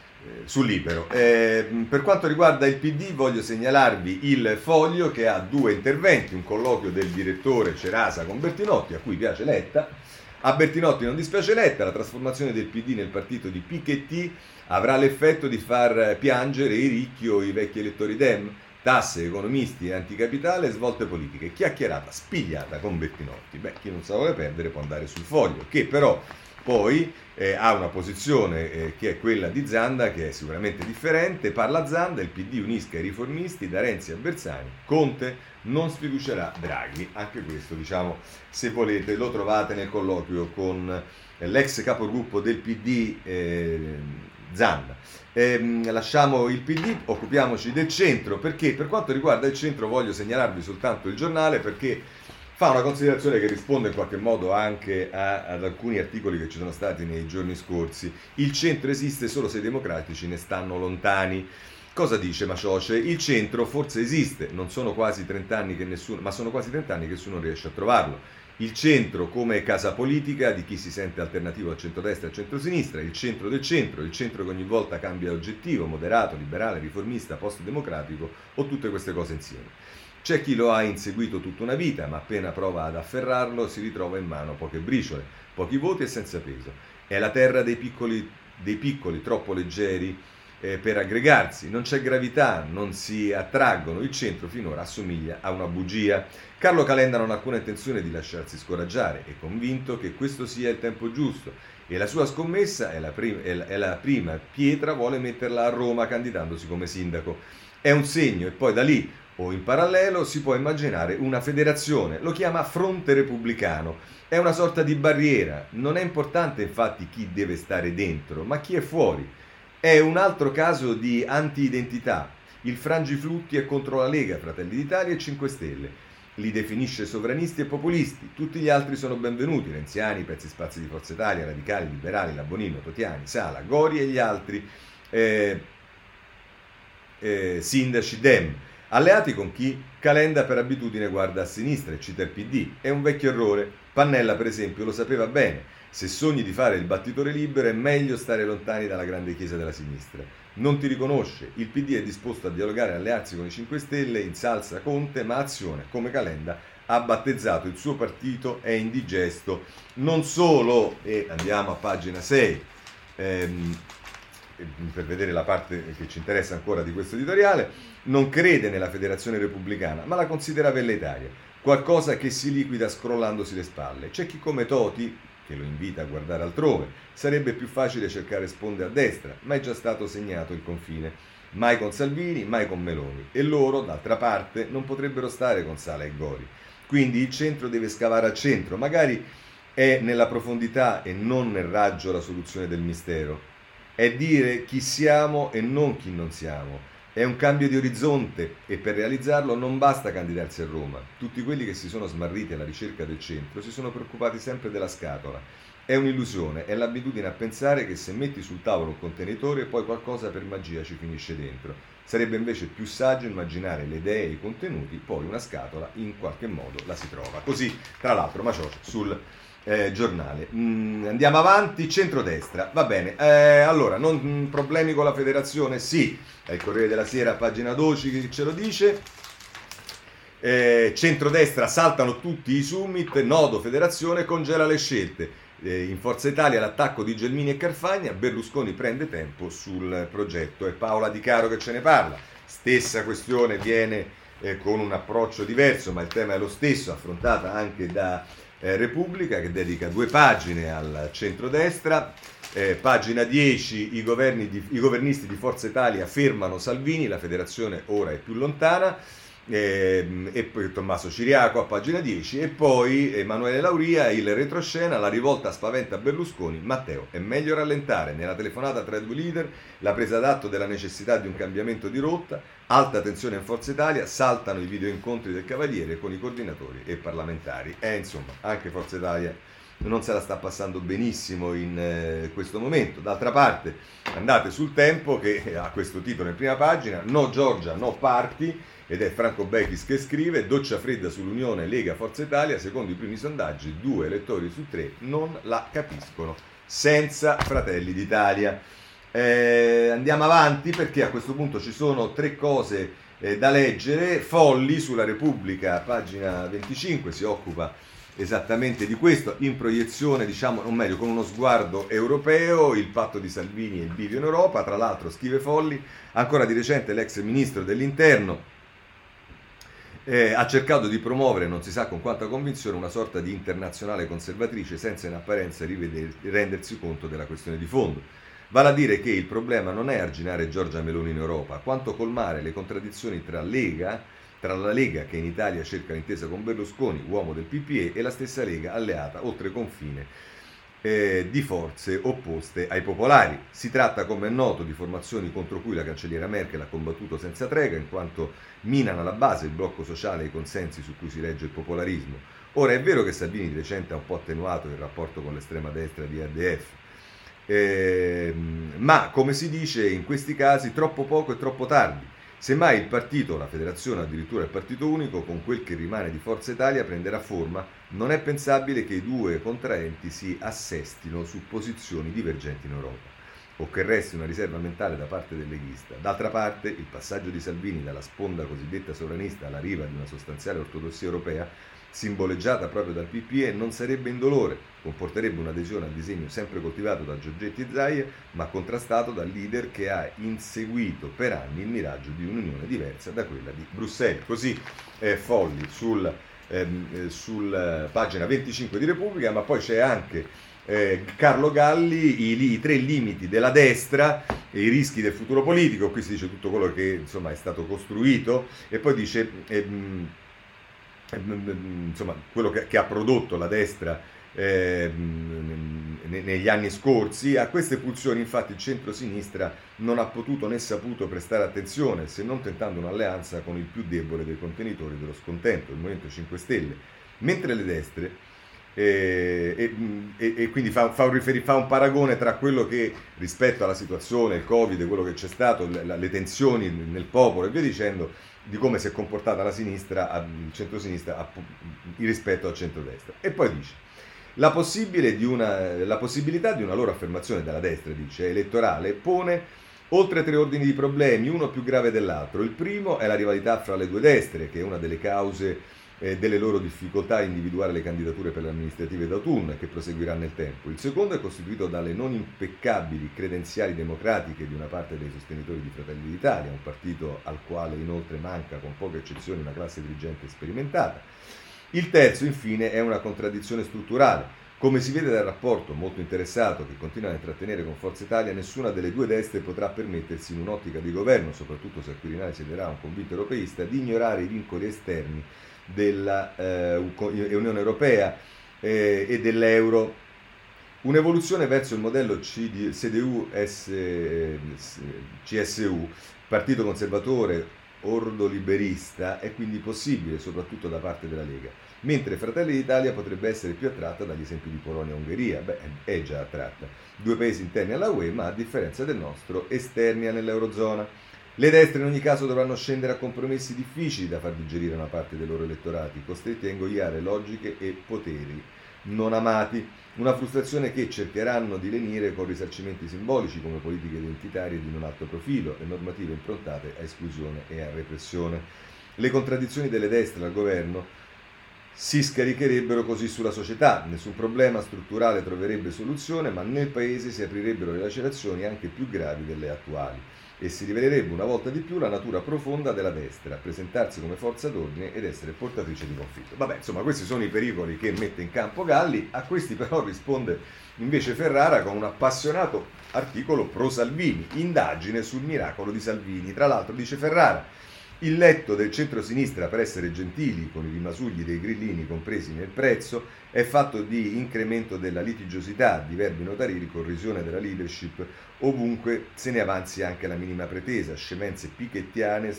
sul Libero. Eh, per quanto riguarda il P D voglio segnalarvi il Foglio che ha due interventi, un colloquio del direttore Cerasa con Bertinotti, a cui piace Letta. A Bertinotti non dispiace Letta, la trasformazione del P D nel partito di Piketty avrà l'effetto di far piangere i ricchi o i vecchi elettori Dem, tasse, economisti e anticapitale, svolte politiche, chiacchierata, spigliata con Bertinotti. Beh, chi non sa vuole perdere può andare sul Foglio, che però poi eh, ha una posizione eh, che è quella di Zanda, che è sicuramente differente. Parla Zanda, il P D unisca i riformisti, da Renzi a Bersani, Conte non sfiducerà Draghi. Anche questo, diciamo, se volete, lo trovate nel colloquio con eh, l'ex capogruppo del P D eh, Zanda. Eh, lasciamo il P D, occupiamoci del centro, perché per quanto riguarda il centro voglio segnalarvi soltanto il Giornale, perché fa una considerazione che risponde in qualche modo anche a, ad alcuni articoli che ci sono stati nei giorni scorsi. Il centro esiste solo se i democratici ne stanno lontani. Cosa dice Macioce? Il centro forse esiste, non sono quasi trent'anni che nessuno, ma sono quasi trent'anni che nessuno riesce a trovarlo. Il centro come casa politica di chi si sente alternativo al centrodestra e al centrosinistra, il centro del centro, il centro che ogni volta cambia oggettivo, moderato, liberale, riformista, post-democratico o tutte queste cose insieme. C'è chi lo ha inseguito tutta una vita, ma appena prova ad afferrarlo si ritrova in mano poche briciole, pochi voti e senza peso. È la terra dei piccoli, dei piccoli troppo leggeri eh, per aggregarsi, non c'è gravità, non si attraggono, il centro finora assomiglia a una bugia. Carlo Calenda non ha alcuna intenzione di lasciarsi scoraggiare, è convinto che questo sia il tempo giusto e la sua scommessa è la, prim- è la, è la prima pietra, vuole metterla a Roma candidandosi come sindaco. È un segno e poi da lì o in parallelo si può immaginare una federazione, lo chiama Fronte Repubblicano, è una sorta di barriera, non è importante infatti chi deve stare dentro, ma chi è fuori. È un altro caso di anti-identità, il Frangiflutti è contro la Lega, Fratelli d'Italia e cinque Stelle, li definisce sovranisti e populisti, tutti gli altri sono benvenuti, renziani, pezzi spazi di Forza Italia, radicali, liberali, la Bonino, Totiani, Sala, Gori e gli altri eh, eh, sindaci Dem. Alleati con chi? Calenda per abitudine guarda a sinistra e cita il P D. È un vecchio errore. Pannella, per esempio, lo sapeva bene. Se sogni di fare il battitore libero è meglio stare lontani dalla grande chiesa della sinistra. Non ti riconosce. Il P D è disposto a dialogare e allearsi con i cinque Stelle, insalza Conte, ma Azione, come Calenda, ha battezzato il suo partito, è indigesto. Non solo, e andiamo a pagina sei, ehm, per vedere la parte che ci interessa ancora di questo editoriale, non crede nella federazione repubblicana, ma la considera velleitaria, qualcosa che si liquida scrollandosi le spalle. C'è chi come Toti, che lo invita a guardare altrove, sarebbe più facile cercare sponde a destra, ma è già stato segnato il confine. Mai con Salvini, mai con Meloni. E loro, d'altra parte, non potrebbero stare con Sala e Gori. Quindi il centro deve scavare al centro, magari è nella profondità e non nel raggio la soluzione del mistero. È dire chi siamo e non chi non siamo. È un cambio di orizzonte e per realizzarlo non basta candidarsi a Roma. Tutti quelli che si sono smarriti alla ricerca del centro si sono preoccupati sempre della scatola. È un'illusione, è l'abitudine a pensare che se metti sul tavolo un contenitore poi qualcosa per magia ci finisce dentro. Sarebbe invece più saggio immaginare le idee e i contenuti, poi una scatola in qualche modo la si trova. Così, tra l'altro, Macioce sul Eh, giornale. Mm, andiamo avanti, centrodestra, va bene. Eh, allora, non mm, problemi con la federazione? Sì, è il Corriere della Sera, pagina dodici, che ce lo dice. Eh, centrodestra, saltano tutti i summit, nodo federazione, congela le scelte. Eh, in Forza Italia l'attacco di Gelmini e Carfagna, Berlusconi prende tempo sul progetto. È Paola Di Caro che ce ne parla. Stessa questione viene eh, con un approccio diverso, ma il tema è lo stesso, affrontata anche da eh, Repubblica, che dedica due pagine al centrodestra. Eh, pagina dieci, i, governi di, i governisti di Forza Italia fermano Salvini, la federazione ora è più lontana. Eh, e poi Tommaso Ciriaco a pagina dieci, e poi Emanuele Lauria, il retroscena, la rivolta spaventa Berlusconi, Matteo è meglio rallentare. Nella telefonata tra i due leader la presa d'atto della necessità di un cambiamento di rotta, alta tensione in Forza Italia, saltano i video incontri del Cavaliere con i coordinatori e parlamentari. E eh, insomma anche Forza Italia non se la sta passando benissimo in eh, questo momento. D'altra parte andate sul Tempo, che ha questo titolo in prima pagina: no Giorgia, no parti, ed è Franco Bechis che scrive: doccia fredda sull'unione Lega Forza Italia, secondo i primi sondaggi due elettori su tre non la capiscono senza Fratelli d'Italia. Eh, andiamo avanti, perché a questo punto ci sono tre cose eh, da leggere. Folli sulla Repubblica, pagina venticinque, si occupa esattamente di questo, in proiezione, diciamo, o meglio, con uno sguardo europeo, il patto di Salvini e il bivio in Europa. Tra l'altro, scrive Folli, ancora di recente l'ex ministro dell'Interno Eh, ha cercato di promuovere, non si sa con quanta convinzione, una sorta di internazionale conservatrice senza in apparenza riveder- rendersi conto della questione di fondo. Vale a dire che il problema non è arginare Giorgia Meloni in Europa, quanto colmare le contraddizioni tra Lega, tra la Lega che in Italia cerca l'intesa con Berlusconi, uomo del P P E, e la stessa Lega alleata oltre confine eh, di forze opposte ai popolari. Si tratta, come è noto, di formazioni contro cui la cancelliera Merkel ha combattuto senza tregua, in quanto minano alla base il blocco sociale e i consensi su cui si regge il popolarismo. Ora è vero che Salvini di recente ha un po' attenuato il rapporto con l'estrema destra di R D F, eh, ma come si dice in questi casi troppo poco e troppo tardi. Semmai il partito, la federazione, addirittura il partito unico, con quel che rimane di Forza Italia, prenderà forma, non è pensabile che i due contraenti si assestino su posizioni divergenti in Europa, o che resti una riserva mentale da parte del leghista. D'altra parte, il passaggio di Salvini dalla sponda cosiddetta sovranista alla riva di una sostanziale ortodossia europea, simboleggiata proprio dal P P E, non sarebbe indolore, comporterebbe un'adesione al disegno sempre coltivato da Giorgetti e Zaia, ma contrastato dal leader che ha inseguito per anni il miraggio di un'unione diversa da quella di Bruxelles. Così eh, Folli sul, ehm, sul pagina venticinque di Repubblica, ma poi c'è anche eh, Carlo Galli, i, i tre limiti della destra, e i rischi del futuro politico. Qui si dice tutto quello che insomma è stato costruito, e poi dice ehm, insomma quello che, che ha prodotto la destra eh, negli anni scorsi. A queste pulsioni infatti il centro-sinistra non ha potuto né saputo prestare attenzione, se non tentando un'alleanza con il più debole dei contenitori dello scontento, il Movimento cinque Stelle, mentre le destre eh, e, e, e quindi fa, fa, un riferi, fa un paragone tra quello che rispetto alla situazione, il Covid, quello che c'è stato, le, le tensioni nel popolo e via dicendo, di come si è comportata la sinistra, il centro-sinistra rispetto al centrodestra. E poi dice: la, possibile di una, la possibilità di una loro affermazione della destra, dice, elettorale, pone oltre tre ordini di problemi, uno più grave dell'altro. Il primo è la rivalità fra le due destre, che è una delle cause eh, delle loro difficoltà a individuare le candidature per le amministrative d'autunno e che proseguirà nel tempo. Il secondo è costituito dalle non impeccabili credenziali democratiche di una parte dei sostenitori di Fratelli d'Italia, un partito al quale inoltre manca con poche eccezioni una classe dirigente sperimentata. Il terzo, infine, è una contraddizione strutturale. Come si vede dal rapporto molto interessato che continua a intrattenere con Forza Italia, nessuna delle due destre potrà permettersi, in un'ottica di governo, soprattutto se al Quirinale siederà un convinto europeista, di ignorare i vincoli esterni della eh, Unione Europea eh, e dell'euro. Un'evoluzione verso il modello C D U C S U, partito conservatore ordoliberista, è quindi possibile soprattutto da parte della Lega, mentre Fratelli d'Italia potrebbe essere più attratta dagli esempi di Polonia e Ungheria. Beh, è già attratta, due paesi interni alla U E, ma a differenza del nostro esterni all'Eurozona. Le destre in ogni caso dovranno scendere a compromessi difficili da far digerire a una parte dei loro elettorati, costretti a ingoiare logiche e poteri non amati, una frustrazione che cercheranno di lenire con risarcimenti simbolici come politiche identitarie di non alto profilo e normative improntate a esclusione e a repressione. Le contraddizioni delle destre al governo si scaricherebbero così sulla società. Nessun problema strutturale troverebbe soluzione, ma nel paese si aprirebbero le lacerazioni anche più gravi delle attuali e si rivelerebbe una volta di più la natura profonda della destra, presentarsi come forza d'ordine ed essere portatrice di conflitto. Vabbè, insomma, questi sono i pericoli che mette in campo Galli. A questi però risponde invece Ferrara con un appassionato articolo pro Salvini, indagine sul miracolo di Salvini. Tra l'altro, dice Ferrara, il letto del centro-sinistra, per essere gentili con i rimasugli dei grillini compresi nel prezzo, è fatto di incremento della litigiosità, di verbi notariali, corrisione della leadership, ovunque se ne avanzi anche la minima pretesa, scemenze pikettiane,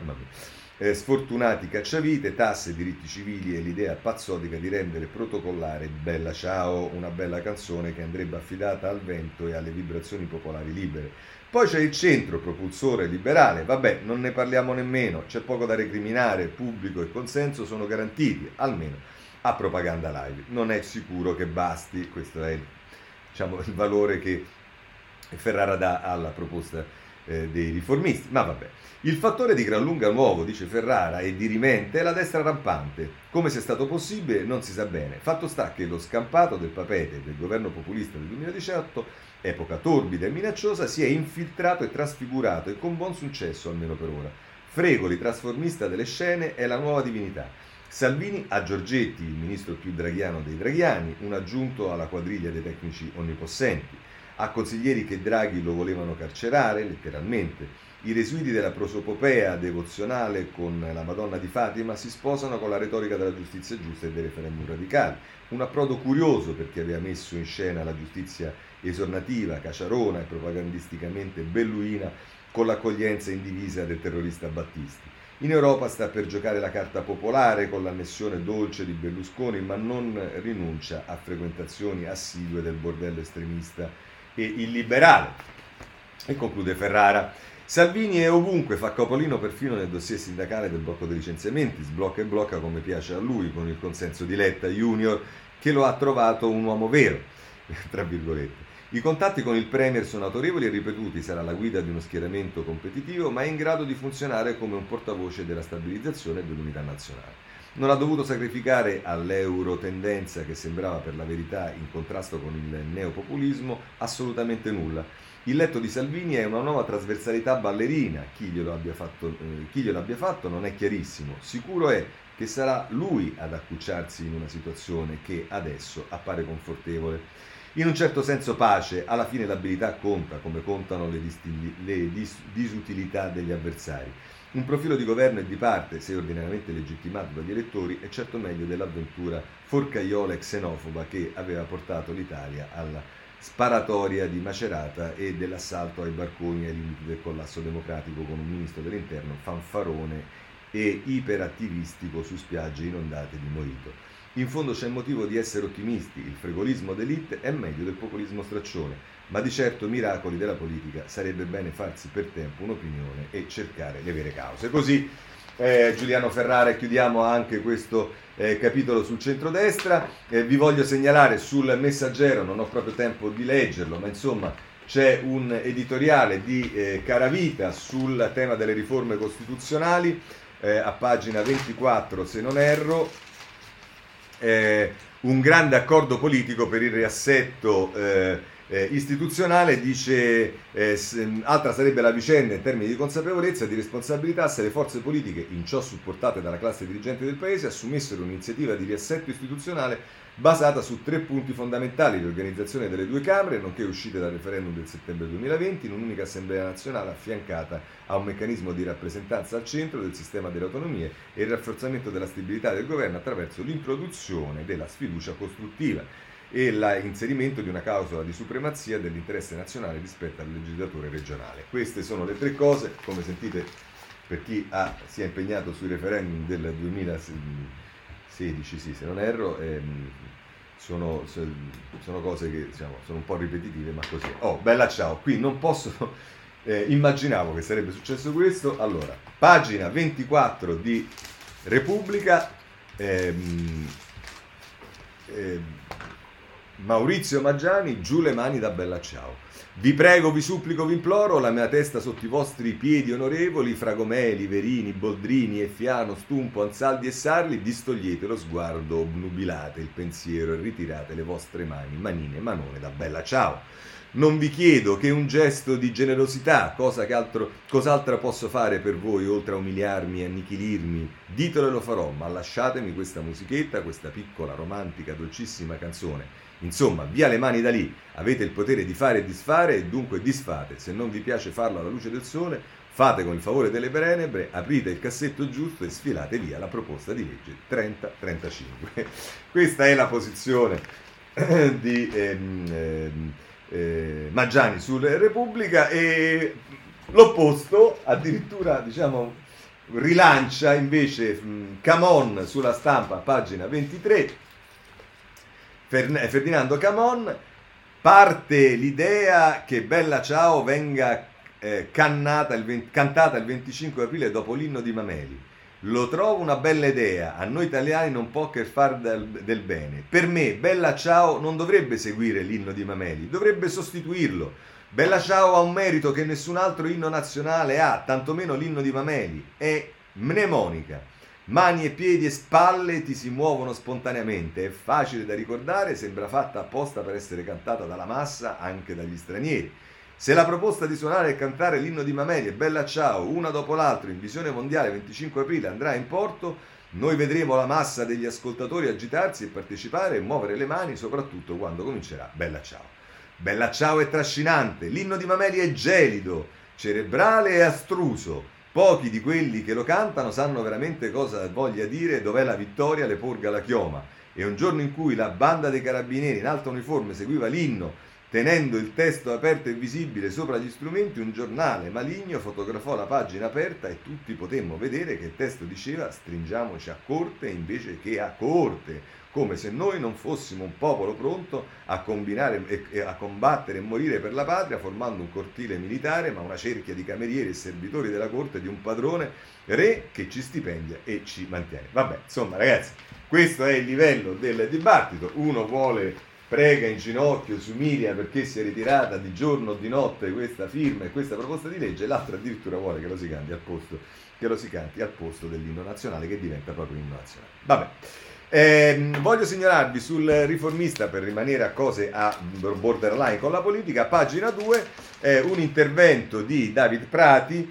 eh, sfortunati cacciavite, tasse, diritti civili e l'idea pazzotica di rendere protocollare Bella Ciao, una bella canzone che andrebbe affidata al vento e alle vibrazioni popolari libere. Poi c'è il centro, propulsore liberale, vabbè, non ne parliamo nemmeno, c'è poco da recriminare, pubblico e consenso sono garantiti, almeno a propaganda live. Non è sicuro che basti, questo è diciamo, il valore che Ferrara dà alla proposta eh, dei riformisti, ma vabbè. Il fattore di gran lunga nuovo, dice Ferrara, e dirimente è la destra rampante. Come sia stato possibile non si sa bene. Fatto sta che lo scampato del papete del governo populista del duemiladiciotto, epoca torbida e minacciosa, si è infiltrato e trasfigurato e con buon successo almeno per ora. Fregoli, trasformista delle scene, è la nuova divinità. Salvini a Giorgetti, il ministro più draghiano dei draghiani, un aggiunto alla quadriglia dei tecnici onnipossenti. A consiglieri che Draghi lo volevano carcerare, letteralmente. I residui della prosopopea devozionale con la Madonna di Fatima si sposano con la retorica della giustizia giusta e dei referendum radicali. Un approdo curioso per chi aveva messo in scena la giustizia esornativa, caciarona e propagandisticamente belluina con l'accoglienza indivisa del terrorista Battisti. In Europa sta per giocare la carta popolare con l'annessione dolce di Berlusconi, ma non rinuncia a frequentazioni assidue del bordello estremista e illiberale. E conclude Ferrara. Salvini è ovunque, fa capolino perfino nel dossier sindacale del blocco dei licenziamenti, sblocca e blocca come piace a lui, con il consenso di Letta Junior, che lo ha trovato un uomo vero, tra virgolette. I contatti con il Premier sono autorevoli e ripetuti, sarà la guida di uno schieramento competitivo, ma è in grado di funzionare come un portavoce della stabilizzazione e dell'unità nazionale. Non ha dovuto sacrificare all'eurotendenza, che sembrava per la verità in contrasto con il neopopulismo, assolutamente nulla. Il letto di Salvini è una nuova trasversalità ballerina, chi glielo abbia fatto, eh, chi glielo abbia fatto non è chiarissimo, sicuro è che sarà lui ad accucciarsi in una situazione che adesso appare confortevole. In un certo senso pace, alla fine l'abilità conta, come contano le, distil- le dis- disutilità degli avversari. Un profilo di governo e di parte, se ordinariamente legittimato dagli elettori, è certo meglio dell'avventura forcaiola e xenofoba che aveva portato l'Italia alla sparatoria di Macerata e dell'assalto ai barconi ai limiti del collasso democratico con un ministro dell'interno fanfarone e iperattivistico su spiagge inondate di mojito. In fondo c'è motivo di essere ottimisti, il fregolismo d'élite è meglio del populismo straccione, ma di certo miracoli della politica sarebbe bene farsi per tempo un'opinione e cercare le vere cause. Così eh, Giuliano Ferrara, e chiudiamo anche questo eh, capitolo sul centrodestra. Eh, vi voglio segnalare sul Messaggero, non ho proprio tempo di leggerlo, ma insomma c'è un editoriale di eh, Caravita sul tema delle riforme costituzionali, eh, a pagina ventiquattro se non erro. Eh, un grande accordo politico per il riassetto eh, eh, istituzionale, dice eh, se, altra sarebbe la vicenda in termini di consapevolezza e di responsabilità se le forze politiche, in ciò supportate dalla classe dirigente del paese, assumessero un'iniziativa di riassetto istituzionale basata su tre punti fondamentali: l'organizzazione delle due Camere, nonché uscite dal referendum del settembre duemilaventi in un'unica Assemblea nazionale affiancata a un meccanismo di rappresentanza al centro del sistema delle autonomie e il rafforzamento della stabilità del governo attraverso l'introduzione della sfiducia costruttiva e l'inserimento di una clausola di supremazia dell'interesse nazionale rispetto al legislatore regionale. Queste sono le tre cose, come sentite, per chi ha, si è impegnato sui referendum del duemilasedici, sì, se non erro, ehm, sono, sono cose che diciamo, sono un po' ripetitive, ma così. Oh, bella ciao, qui non posso, eh, immaginavo che sarebbe successo questo. Allora, pagina ventiquattro di Repubblica, ehm, eh, Maurizio Maggiani, giù le mani da Bella Ciao. Vi prego, vi supplico, vi imploro, la mia testa sotto i vostri piedi onorevoli, Fragomeli, Verini, Boldrini, Effiano, Stumpo, Ansaldi e Sarli, distogliete lo sguardo, obnubilate il pensiero e ritirate le vostre mani, manine, manone da Bella Ciao. Non vi chiedo che un gesto di generosità, cosa che altro, cos'altro posso fare per voi oltre a umiliarmi e annichilirmi? Ditelo e lo farò, ma lasciatemi questa musichetta, questa piccola, romantica, dolcissima canzone. Insomma, via le mani da lì, avete il potere di fare e disfare e dunque disfate. Se non vi piace farlo alla luce del sole, fate con il favore delle tenebre, aprite il cassetto giusto e sfilate via la proposta di legge trenta trentacinque. Questa è la posizione di ehm, ehm, eh, Maggiani su Repubblica, e l'opposto addirittura, diciamo, rilancia invece mh, Camon sulla Stampa, pagina ventitré. Ferdinando Camon, parte l'idea che Bella Ciao venga eh, cannata il venti, cantata il venticinque aprile dopo l'inno di Mameli. Lo trovo una bella idea, a noi italiani non può che far del, del bene. Per me Bella Ciao non dovrebbe seguire l'inno di Mameli, dovrebbe sostituirlo. Bella Ciao ha un merito che nessun altro inno nazionale ha, tantomeno l'inno di Mameli, è mnemonica. Mani e piedi e spalle ti si muovono spontaneamente, è facile da ricordare, sembra fatta apposta per essere cantata dalla massa, anche dagli stranieri. Se la proposta di suonare e cantare l'inno di Mameli e Bella Ciao, una dopo l'altra, in visione mondiale venticinque aprile andrà in porto, noi vedremo la massa degli ascoltatori agitarsi e partecipare e muovere le mani, soprattutto quando comincerà Bella Ciao. Bella Ciao è trascinante, l'inno di Mameli è gelido, cerebrale e astruso. Pochi di quelli che lo cantano sanno veramente cosa voglia dire dov'è la vittoria le porga la chioma. E un giorno in cui la banda dei carabinieri in alta uniforme seguiva l'inno, tenendo il testo aperto e visibile sopra gli strumenti, un giornale maligno fotografò la pagina aperta e tutti potemmo vedere che il testo diceva stringiamoci a corte invece che a coorte, come se noi non fossimo un popolo pronto a combinare e, e a combattere e morire per la patria, formando un cortile militare, ma una cerchia di camerieri e servitori della corte di un padrone re che ci stipendia e ci mantiene. Vabbè, insomma, ragazzi, questo è il livello del dibattito. Uno vuole, prega in ginocchio, si umilia perché si è ritirata di giorno o di notte questa firma e questa proposta di legge, l'altro addirittura vuole che lo si canti al posto, che lo si canti al posto dell'inno nazionale, che diventa proprio inno nazionale. Vabbè. Eh, voglio segnalarvi sul Riformista, per rimanere a cose a borderline con la politica, pagina due, eh, un intervento di David Prati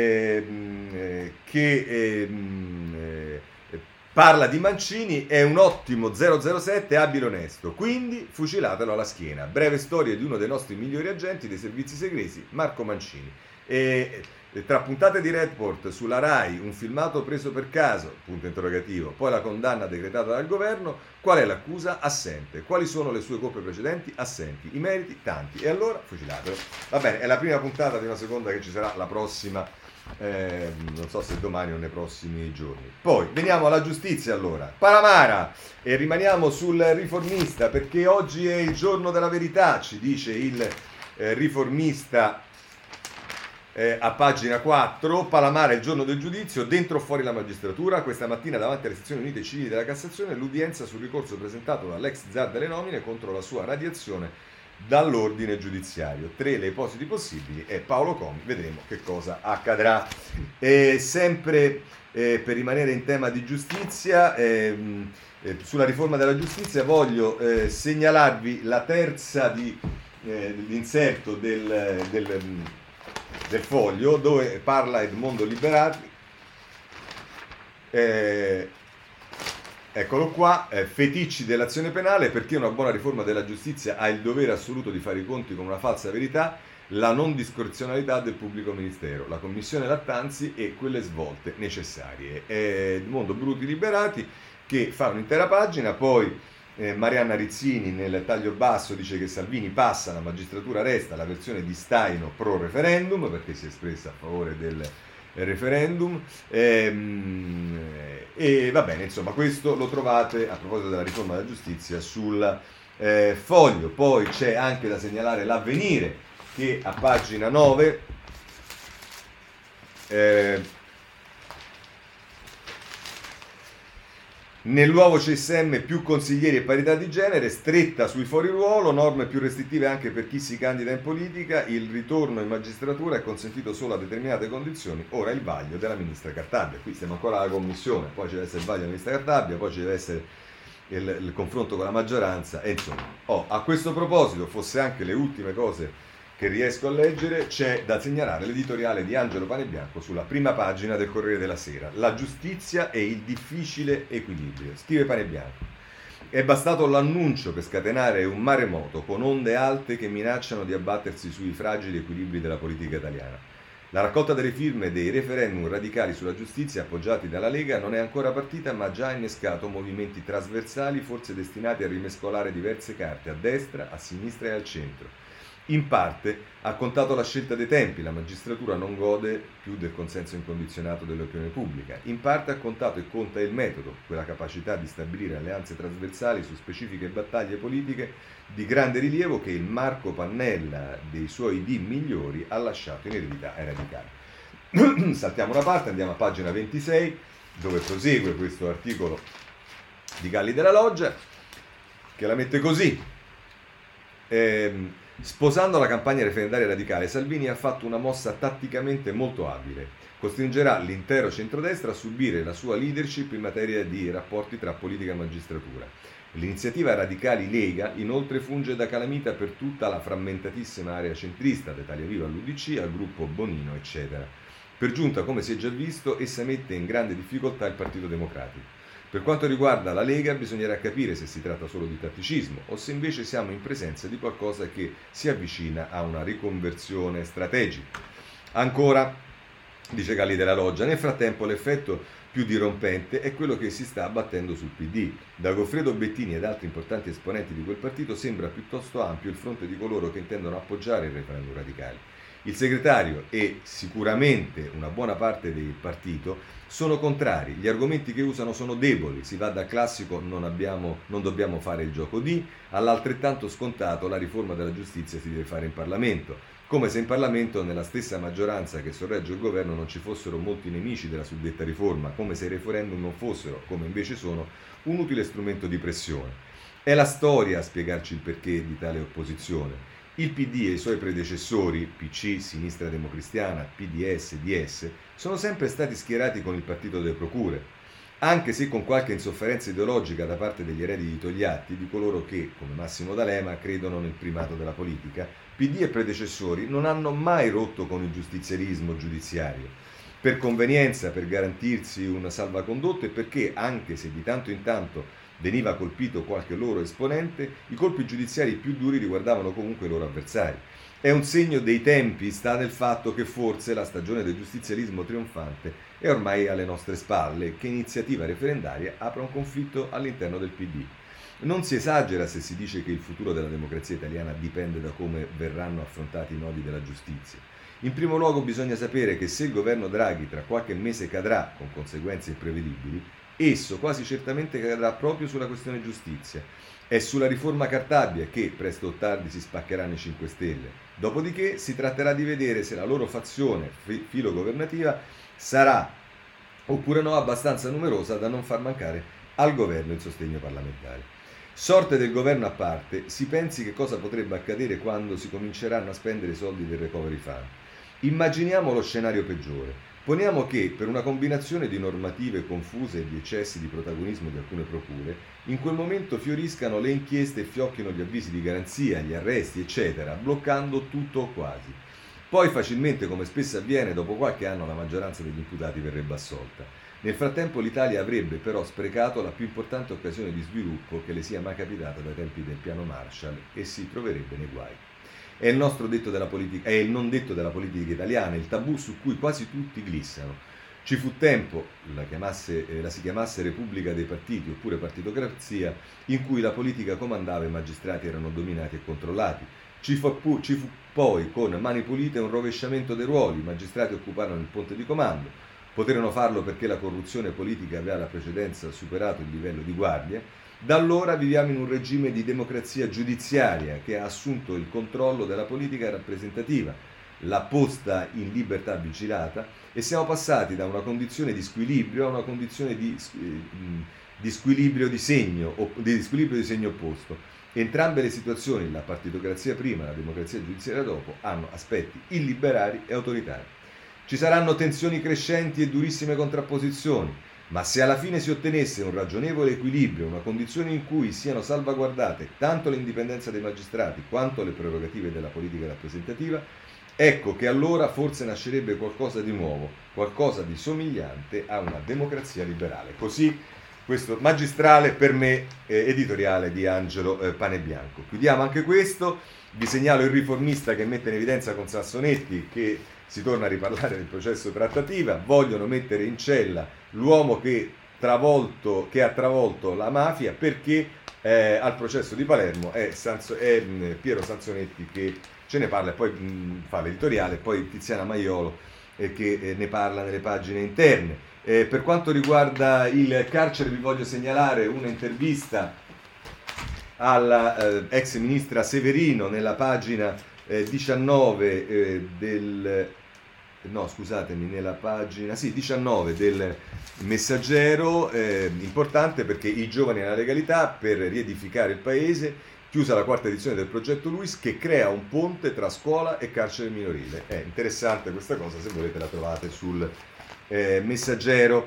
eh, che eh, eh, parla di Mancini, è un ottimo zero zero sette, abile onesto, quindi fucilatelo alla schiena. Breve storia di uno dei nostri migliori agenti dei servizi segreti, Marco Mancini. E, tra puntate di Report sulla Rai, un filmato preso per caso, punto interrogativo, poi la condanna decretata dal governo, qual è l'accusa? Assente. Quali sono le sue colpe precedenti? Assenti. I meriti? Tanti. E allora fucilatelo. Va bene, è la prima puntata di una seconda che ci sarà la prossima, eh, non so se domani o nei prossimi giorni. Poi veniamo alla giustizia allora. Palamara, e rimaniamo sul Riformista perché oggi è il giorno della verità, ci dice il eh, Riformista. Eh, a pagina quattro, Palamara il giorno del giudizio, dentro o fuori la magistratura. Questa mattina davanti alle sezioni unite civili della Cassazione l'udienza sul ricorso presentato dall'ex zar delle nomine contro la sua radiazione dall'ordine giudiziario. Tre le ipotesi possibili e Paolo Comi, vedremo che cosa accadrà. E sempre eh, per rimanere in tema di giustizia, ehm, eh, sulla riforma della giustizia voglio eh, segnalarvi la terza di, eh, l'inserto del, del del Foglio, dove parla Edmondo Liberati, eh, eccolo qua, eh, feticci dell'azione penale, perché una buona riforma della giustizia ha il dovere assoluto di fare i conti con una falsa verità, la non discrezionalità del pubblico ministero, la commissione Lattanzi e quelle svolte necessarie. Eh, Edmondo Bruti Liberati che fa un'intera pagina, poi Eh, Marianna Rizzini nel taglio basso dice che Salvini passa, la magistratura resta, la versione di Staino pro referendum perché si è espressa a favore del referendum, ehm, e va bene, insomma questo lo trovate a proposito della riforma della giustizia sul eh, Foglio. Poi c'è anche da segnalare l'Avvenire che a pagina nove eh, Nel nuovo C S M più consiglieri e parità di genere, stretta sui fuoriruolo, norme più restrittive anche per chi si candida in politica, il ritorno in magistratura è consentito solo a determinate condizioni, ora il vaglio della ministra Cartabia. Qui siamo ancora alla commissione, poi ci deve essere il vaglio della ministra Cartabia, poi ci deve essere il, il confronto con la maggioranza e insomma. Oh, a questo proposito, fosse anche le ultime cose che riesco a leggere, c'è da segnalare l'editoriale di Angelo Panebianco sulla prima pagina del Corriere della Sera, La giustizia e il difficile equilibrio. Scrive Panebianco: è bastato l'annuncio per scatenare un maremoto con onde alte che minacciano di abbattersi sui fragili equilibri della politica italiana. La raccolta delle firme dei referendum radicali sulla giustizia appoggiati dalla Lega non è ancora partita, ma ha già innescato movimenti trasversali forse destinati a rimescolare diverse carte a destra, a sinistra e al centro. In parte ha contato la scelta dei tempi, la magistratura non gode più del consenso incondizionato dell'opinione pubblica. In parte ha contato e conta il metodo, quella capacità di stabilire alleanze trasversali su specifiche battaglie politiche di grande rilievo che il Marco Pannella dei suoi idee migliori ha lasciato in eredità ai radicali. Saltiamo una parte, andiamo a pagina ventisei, dove prosegue questo articolo di Galli della Loggia, che la mette così. Ehm, Sposando la campagna referendaria radicale, Salvini ha fatto una mossa tatticamente molto abile. Costringerà l'intero centrodestra a subire la sua leadership in materia di rapporti tra politica e magistratura. L'iniziativa Radicali Lega inoltre funge da calamita per tutta la frammentatissima area centrista, da Italia Viva all'U D C al gruppo Bonino, eccetera. Per giunta, come si è già visto, essa mette in grande difficoltà il Partito Democratico. Per quanto riguarda la Lega, bisognerà capire se si tratta solo di tatticismo o se invece siamo in presenza di qualcosa che si avvicina a una riconversione strategica. Ancora, dice Galli della Loggia, nel frattempo l'effetto più dirompente è quello che si sta abbattendo sul P D. Da Goffredo Bettini ed altri importanti esponenti di quel partito sembra piuttosto ampio il fronte di coloro che intendono appoggiare il referendum radicale. Il segretario e sicuramente una buona parte del partito sono contrari, gli argomenti che usano sono deboli, si va dal classico non, abbiamo, non dobbiamo fare il gioco di, all'altrettanto scontato la riforma della giustizia si deve fare in Parlamento, come se in Parlamento nella stessa maggioranza che sorregge il governo non ci fossero molti nemici della suddetta riforma, come se i referendum non fossero, come invece sono, un utile strumento di pressione. È la storia a spiegarci il perché di tale opposizione. Il P D e i suoi predecessori, P C, Sinistra Democristiana, P D S, D S, sono sempre stati schierati con il partito delle procure, anche se con qualche insofferenza ideologica da parte degli eredi di Togliatti, di coloro che, come Massimo D'Alema, credono nel primato della politica, P D e predecessori non hanno mai rotto con il giustizialismo giudiziario, per convenienza, per garantirsi un salvacondotto e perché, anche se di tanto in tanto veniva colpito qualche loro esponente, i colpi giudiziari più duri riguardavano comunque i loro avversari. È un segno dei tempi, sta nel fatto che forse la stagione del giustizialismo trionfante è ormai alle nostre spalle, che iniziativa referendaria apra un conflitto all'interno del P D. Non si esagera se si dice che il futuro della democrazia italiana dipende da come verranno affrontati i nodi della giustizia. In primo luogo bisogna sapere che se il governo Draghi tra qualche mese cadrà, con conseguenze imprevedibili, esso quasi certamente cadrà proprio sulla questione giustizia. È sulla riforma Cartabia che, presto o tardi, si spaccheranno i cinque Stelle. Dopodiché si tratterà di vedere se la loro fazione filogovernativa sarà, oppure no, abbastanza numerosa da non far mancare al governo il sostegno parlamentare. Sorte del governo a parte, si pensi che cosa potrebbe accadere quando si cominceranno a spendere i soldi del Recovery Fund. Immaginiamo lo scenario peggiore. Poniamo che, per una combinazione di normative confuse e di eccessi di protagonismo di alcune procure, in quel momento fioriscano le inchieste e fiocchino gli avvisi di garanzia, gli arresti, eccetera, bloccando tutto o quasi. Poi facilmente, come spesso avviene, dopo qualche anno la maggioranza degli imputati verrebbe assolta. Nel frattempo l'Italia avrebbe però sprecato la più importante occasione di sviluppo che le sia mai capitata dai tempi del piano Marshall e si troverebbe nei guai. È il nostro detto della politica, è il non detto della politica italiana, il tabù su cui quasi tutti glissano. Ci fu tempo, la, chiamasse, eh, la si chiamasse Repubblica dei Partiti oppure partitocrazia, in cui la politica comandava e i magistrati erano dominati e controllati. Ci fu, pu- ci fu poi, con mani pulite, un rovesciamento dei ruoli, i magistrati occuparono il ponte di comando, poterono farlo perché la corruzione politica aveva la precedenza superato il livello di guardia. Da allora viviamo in un regime di democrazia giudiziaria che ha assunto il controllo della politica rappresentativa, l'ha posta in libertà vigilata e siamo passati da una condizione di squilibrio a una condizione di, di squilibrio di segno, di squilibrio di segno opposto. Entrambe le situazioni, la partitocrazia prima e la democrazia giudiziaria dopo, hanno aspetti illiberali e autoritari. Ci saranno tensioni crescenti e durissime contrapposizioni, ma se alla fine si ottenesse un ragionevole equilibrio, una condizione in cui siano salvaguardate tanto l'indipendenza dei magistrati quanto le prerogative della politica rappresentativa, ecco che allora forse nascerebbe qualcosa di nuovo, qualcosa di somigliante a una democrazia liberale. Così questo magistrale, per me, eh, editoriale di Angelo eh, Panebianco. Chiudiamo anche questo, vi segnalo Il Riformista che mette in evidenza con Sassonetti che si torna a riparlare del processo trattativa, vogliono mettere in cella l'uomo che, travolto, che ha travolto la mafia perché eh, al processo di Palermo è, Sanso, è mh, Piero Sansonetti che ce ne parla e poi mh, fa l'editoriale, poi Tiziana Maiolo eh, che eh, ne parla nelle pagine interne. Eh, per quanto riguarda il carcere vi voglio segnalare un'intervista alla eh, ex ministra Severino nella pagina eh, diciannove eh, del no scusatemi nella pagina sì, diciannove del Messaggero, eh, importante perché i giovani alla legalità per riedificare il paese, chiusa la quarta edizione del progetto Luis che crea un ponte tra scuola e carcere minorile. È interessante questa cosa, se volete la trovate sul eh, Messaggero.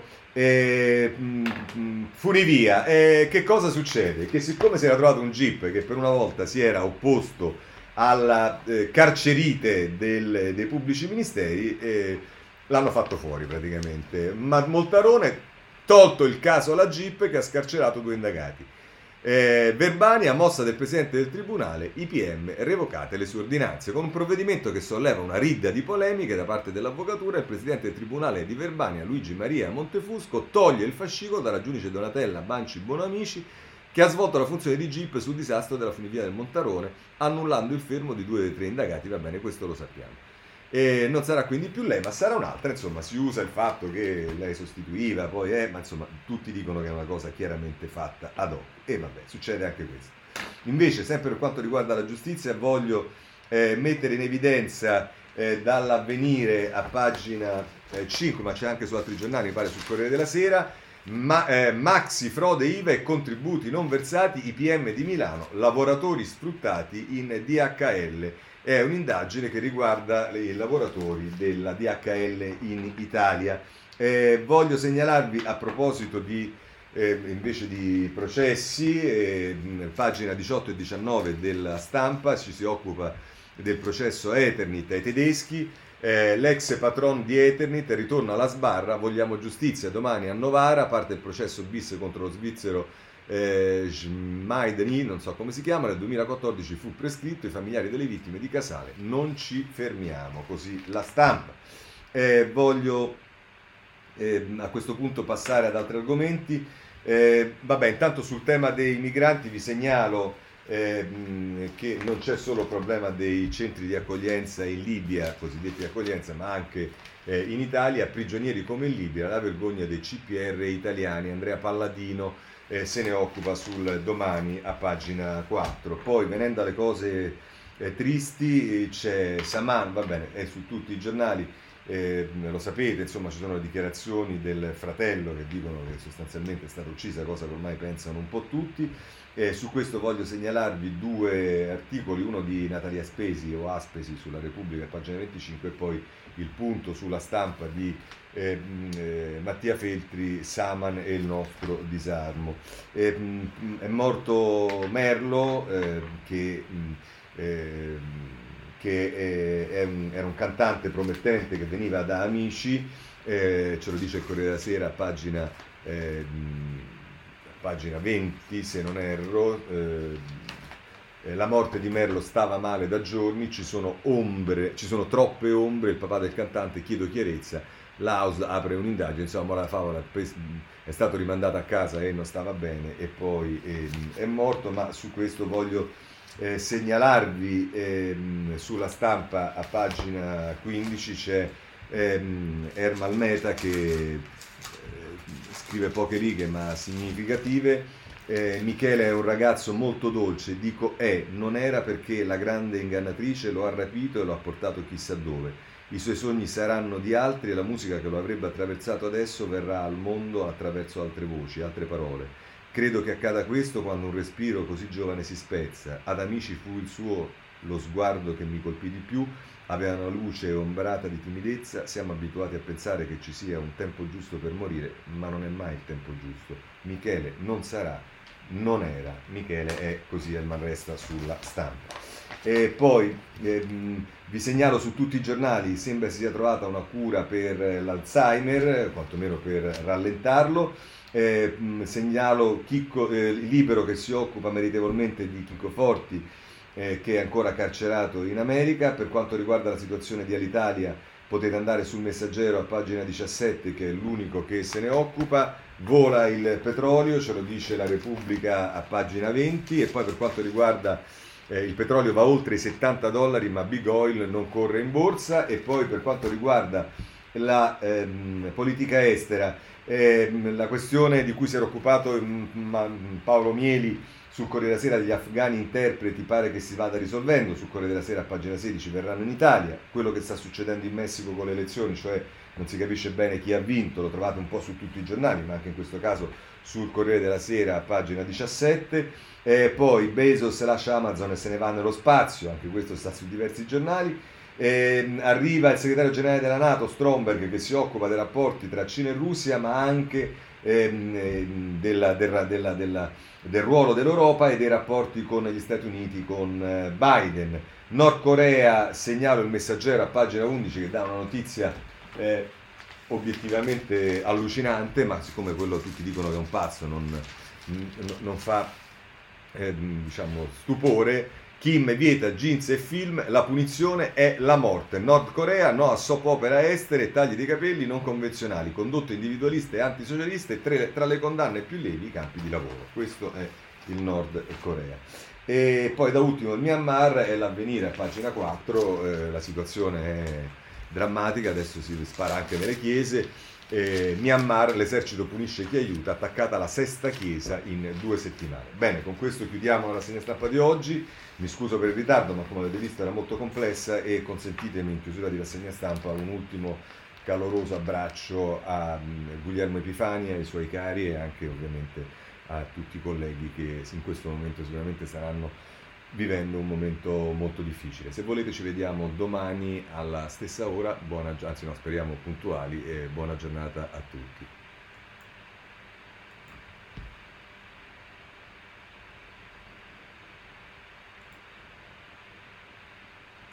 Eh, mh, Funivia, eh, che cosa succede? Che siccome si era trovato un GIP che per una volta si era opposto alla eh, carcerite del, dei pubblici ministeri, eh, l'hanno fatto fuori praticamente. Ma Moltarone tolto il caso alla GIP che ha scarcerato due indagati. Eh, Verbania, mossa del presidente del tribunale, I P M revocate le sue ordinanze. Con un provvedimento che solleva una ridda di polemiche da parte dell'avvocatura, il presidente del tribunale di Verbania, Luigi Maria Montefusco, toglie il fascicolo dalla giudice Donatella Banci Bonamici, che ha svolto la funzione di GIP sul disastro della funivia del Montarone, annullando il fermo di due dei tre indagati. Va bene, questo lo sappiamo. E non sarà quindi più lei, ma sarà un'altra. Insomma, si usa il fatto che lei sostituiva, poi è, ma insomma, tutti dicono che è una cosa chiaramente fatta ad hoc. E vabbè, succede anche questo. Invece, sempre per quanto riguarda la giustizia, voglio eh, mettere in evidenza eh, dall'Avvenire a pagina eh, cinque, ma c'è anche su altri giornali, mi pare sul Corriere della Sera, ma, eh, maxi frode I V A e contributi non versati, I P M di Milano, lavoratori sfruttati in D H L. È un'indagine che riguarda i lavoratori della D H L in Italia. Eh, voglio segnalarvi a proposito di eh, invece di processi, eh, pagina diciotto e diciannove della Stampa, ci si occupa del processo Eternit ai tedeschi. Eh, l'ex patron di Eternit ritorna alla sbarra, vogliamo giustizia, domani a Novara parte il processo bis contro lo svizzero eh, Schmeideni, non so come si chiama, nel duemilaquattordici fu prescritto, i familiari delle vittime di Casale non ci fermiamo, così la Stampa. Eh, voglio eh, a questo punto passare ad altri argomenti. Eh, vabbè, intanto sul tema dei migranti vi segnalo Eh, che non c'è solo il problema dei centri di accoglienza in Libia, cosiddetti di accoglienza, ma anche eh, in Italia, prigionieri come in Libia, la vergogna dei C P R italiani. Andrea Palladino eh, se ne occupa sul Domani a pagina quattro. Poi venendo alle cose eh, tristi, c'è Saman, va bene, è su tutti i giornali, eh, lo sapete, insomma ci sono le dichiarazioni del fratello che dicono che sostanzialmente è stata uccisa, cosa che ormai pensano un po' tutti. Eh, su questo voglio segnalarvi due articoli, uno di Natalia Spesi o Aspesi sulla Repubblica, pagina venticinque, e poi il punto sulla Stampa di eh, eh, Mattia Feltri, Saman e il nostro disarmo. Eh, mh, è morto Merlo, eh, che, mh, eh, che è, è un, era un cantante promettente che veniva da Amici, eh, ce lo dice il Corriere della Sera, pagina eh, pagina venti se non erro. Eh, la morte di Merlo stava male da giorni, ci sono ombre, ci sono troppe ombre, il papà del cantante, chiedo chiarezza, l'A U S apre un'indagine, insomma la favola è stato rimandato a casa e non stava bene e poi eh, è morto. Ma su questo voglio eh, segnalarvi eh, sulla Stampa a pagina quindici c'è ehm, Ermal Meta che scrive poche righe ma significative. eh, Michele è un ragazzo molto dolce, dico è, non era perché la grande ingannatrice lo ha rapito e lo ha portato chissà dove. I suoi sogni saranno di altri e la musica che lo avrebbe attraversato adesso verrà al mondo attraverso altre voci, altre parole. Credo che accada questo quando un respiro così giovane si spezza. Ad amici fu il suo lo sguardo che mi colpì di più, aveva una luce ombrata di timidezza, siamo abituati a pensare che ci sia un tempo giusto per morire, ma non è mai il tempo giusto. Michele non sarà, non era, Michele è così, il mal resta sulla stampa. E poi ehm, vi segnalo su tutti i giornali, sembra si sia trovata una cura per l'Alzheimer, quantomeno per rallentarlo. Eh, mh, segnalo Chicco, eh, Libero che si occupa meritevolmente di Chico Forti, eh, che è ancora carcerato in America. Per quanto riguarda la situazione di Alitalia potete andare sul Messaggero a pagina diciassette, che è l'unico che se ne occupa. Vola il petrolio, ce lo dice la Repubblica a pagina venti. E poi per quanto riguarda eh, il petrolio va oltre i settanta dollari, ma Big Oil non corre in borsa. E poi per quanto riguarda la ehm, politica estera, ehm, la questione di cui si era occupato mh, Paolo Mieli sul Corriere della Sera degli afghani interpreti pare che si vada risolvendo. Sul Corriere della Sera a pagina sedici verranno in Italia. Quello che sta succedendo in Messico con le elezioni, cioè non si capisce bene chi ha vinto, lo trovate un po' su tutti i giornali, ma anche in questo caso sul Corriere della Sera a pagina diciassette. E poi Bezos lascia Amazon e se ne va nello spazio, anche questo sta su diversi giornali. Eh, arriva il segretario generale della NATO Stromberg, che si occupa dei rapporti tra Cina e Russia, ma anche ehm, della, della, della, della, del ruolo dell'Europa e dei rapporti con gli Stati Uniti, con eh, Biden. Nord Corea, segnalo il Messaggero a pagina undici, che dà una notizia eh, obiettivamente allucinante, ma siccome quello tutti dicono che è un pazzo, non, non fa eh, diciamo stupore. Kim vieta jeans e film, la punizione è la morte. Nord Corea, no a soap opera estere e tagli di capelli non convenzionali, condotte individualiste e antisocialiste, tre, tra le condanne più lievi i campi di lavoro. Questo è il Nord Corea. E poi da ultimo il Myanmar è l'Avvenire a pagina quattro, eh, la situazione è drammatica, adesso si spara anche nelle chiese. Eh, Myanmar, l'esercito punisce chi aiuta, attaccata la sesta chiesa in due settimane. Bene, con questo chiudiamo la rassegna stampa di oggi. Mi scuso per il ritardo, ma come avete visto era molto complessa, e consentitemi in chiusura di rassegna stampa un ultimo caloroso abbraccio a Guglielmo Epifani, ai suoi cari, e anche ovviamente a tutti i colleghi che in questo momento sicuramente saranno vivendo un momento molto difficile. Se volete ci vediamo domani alla stessa ora, buona, anzi no, speriamo puntuali, e buona giornata a tutti.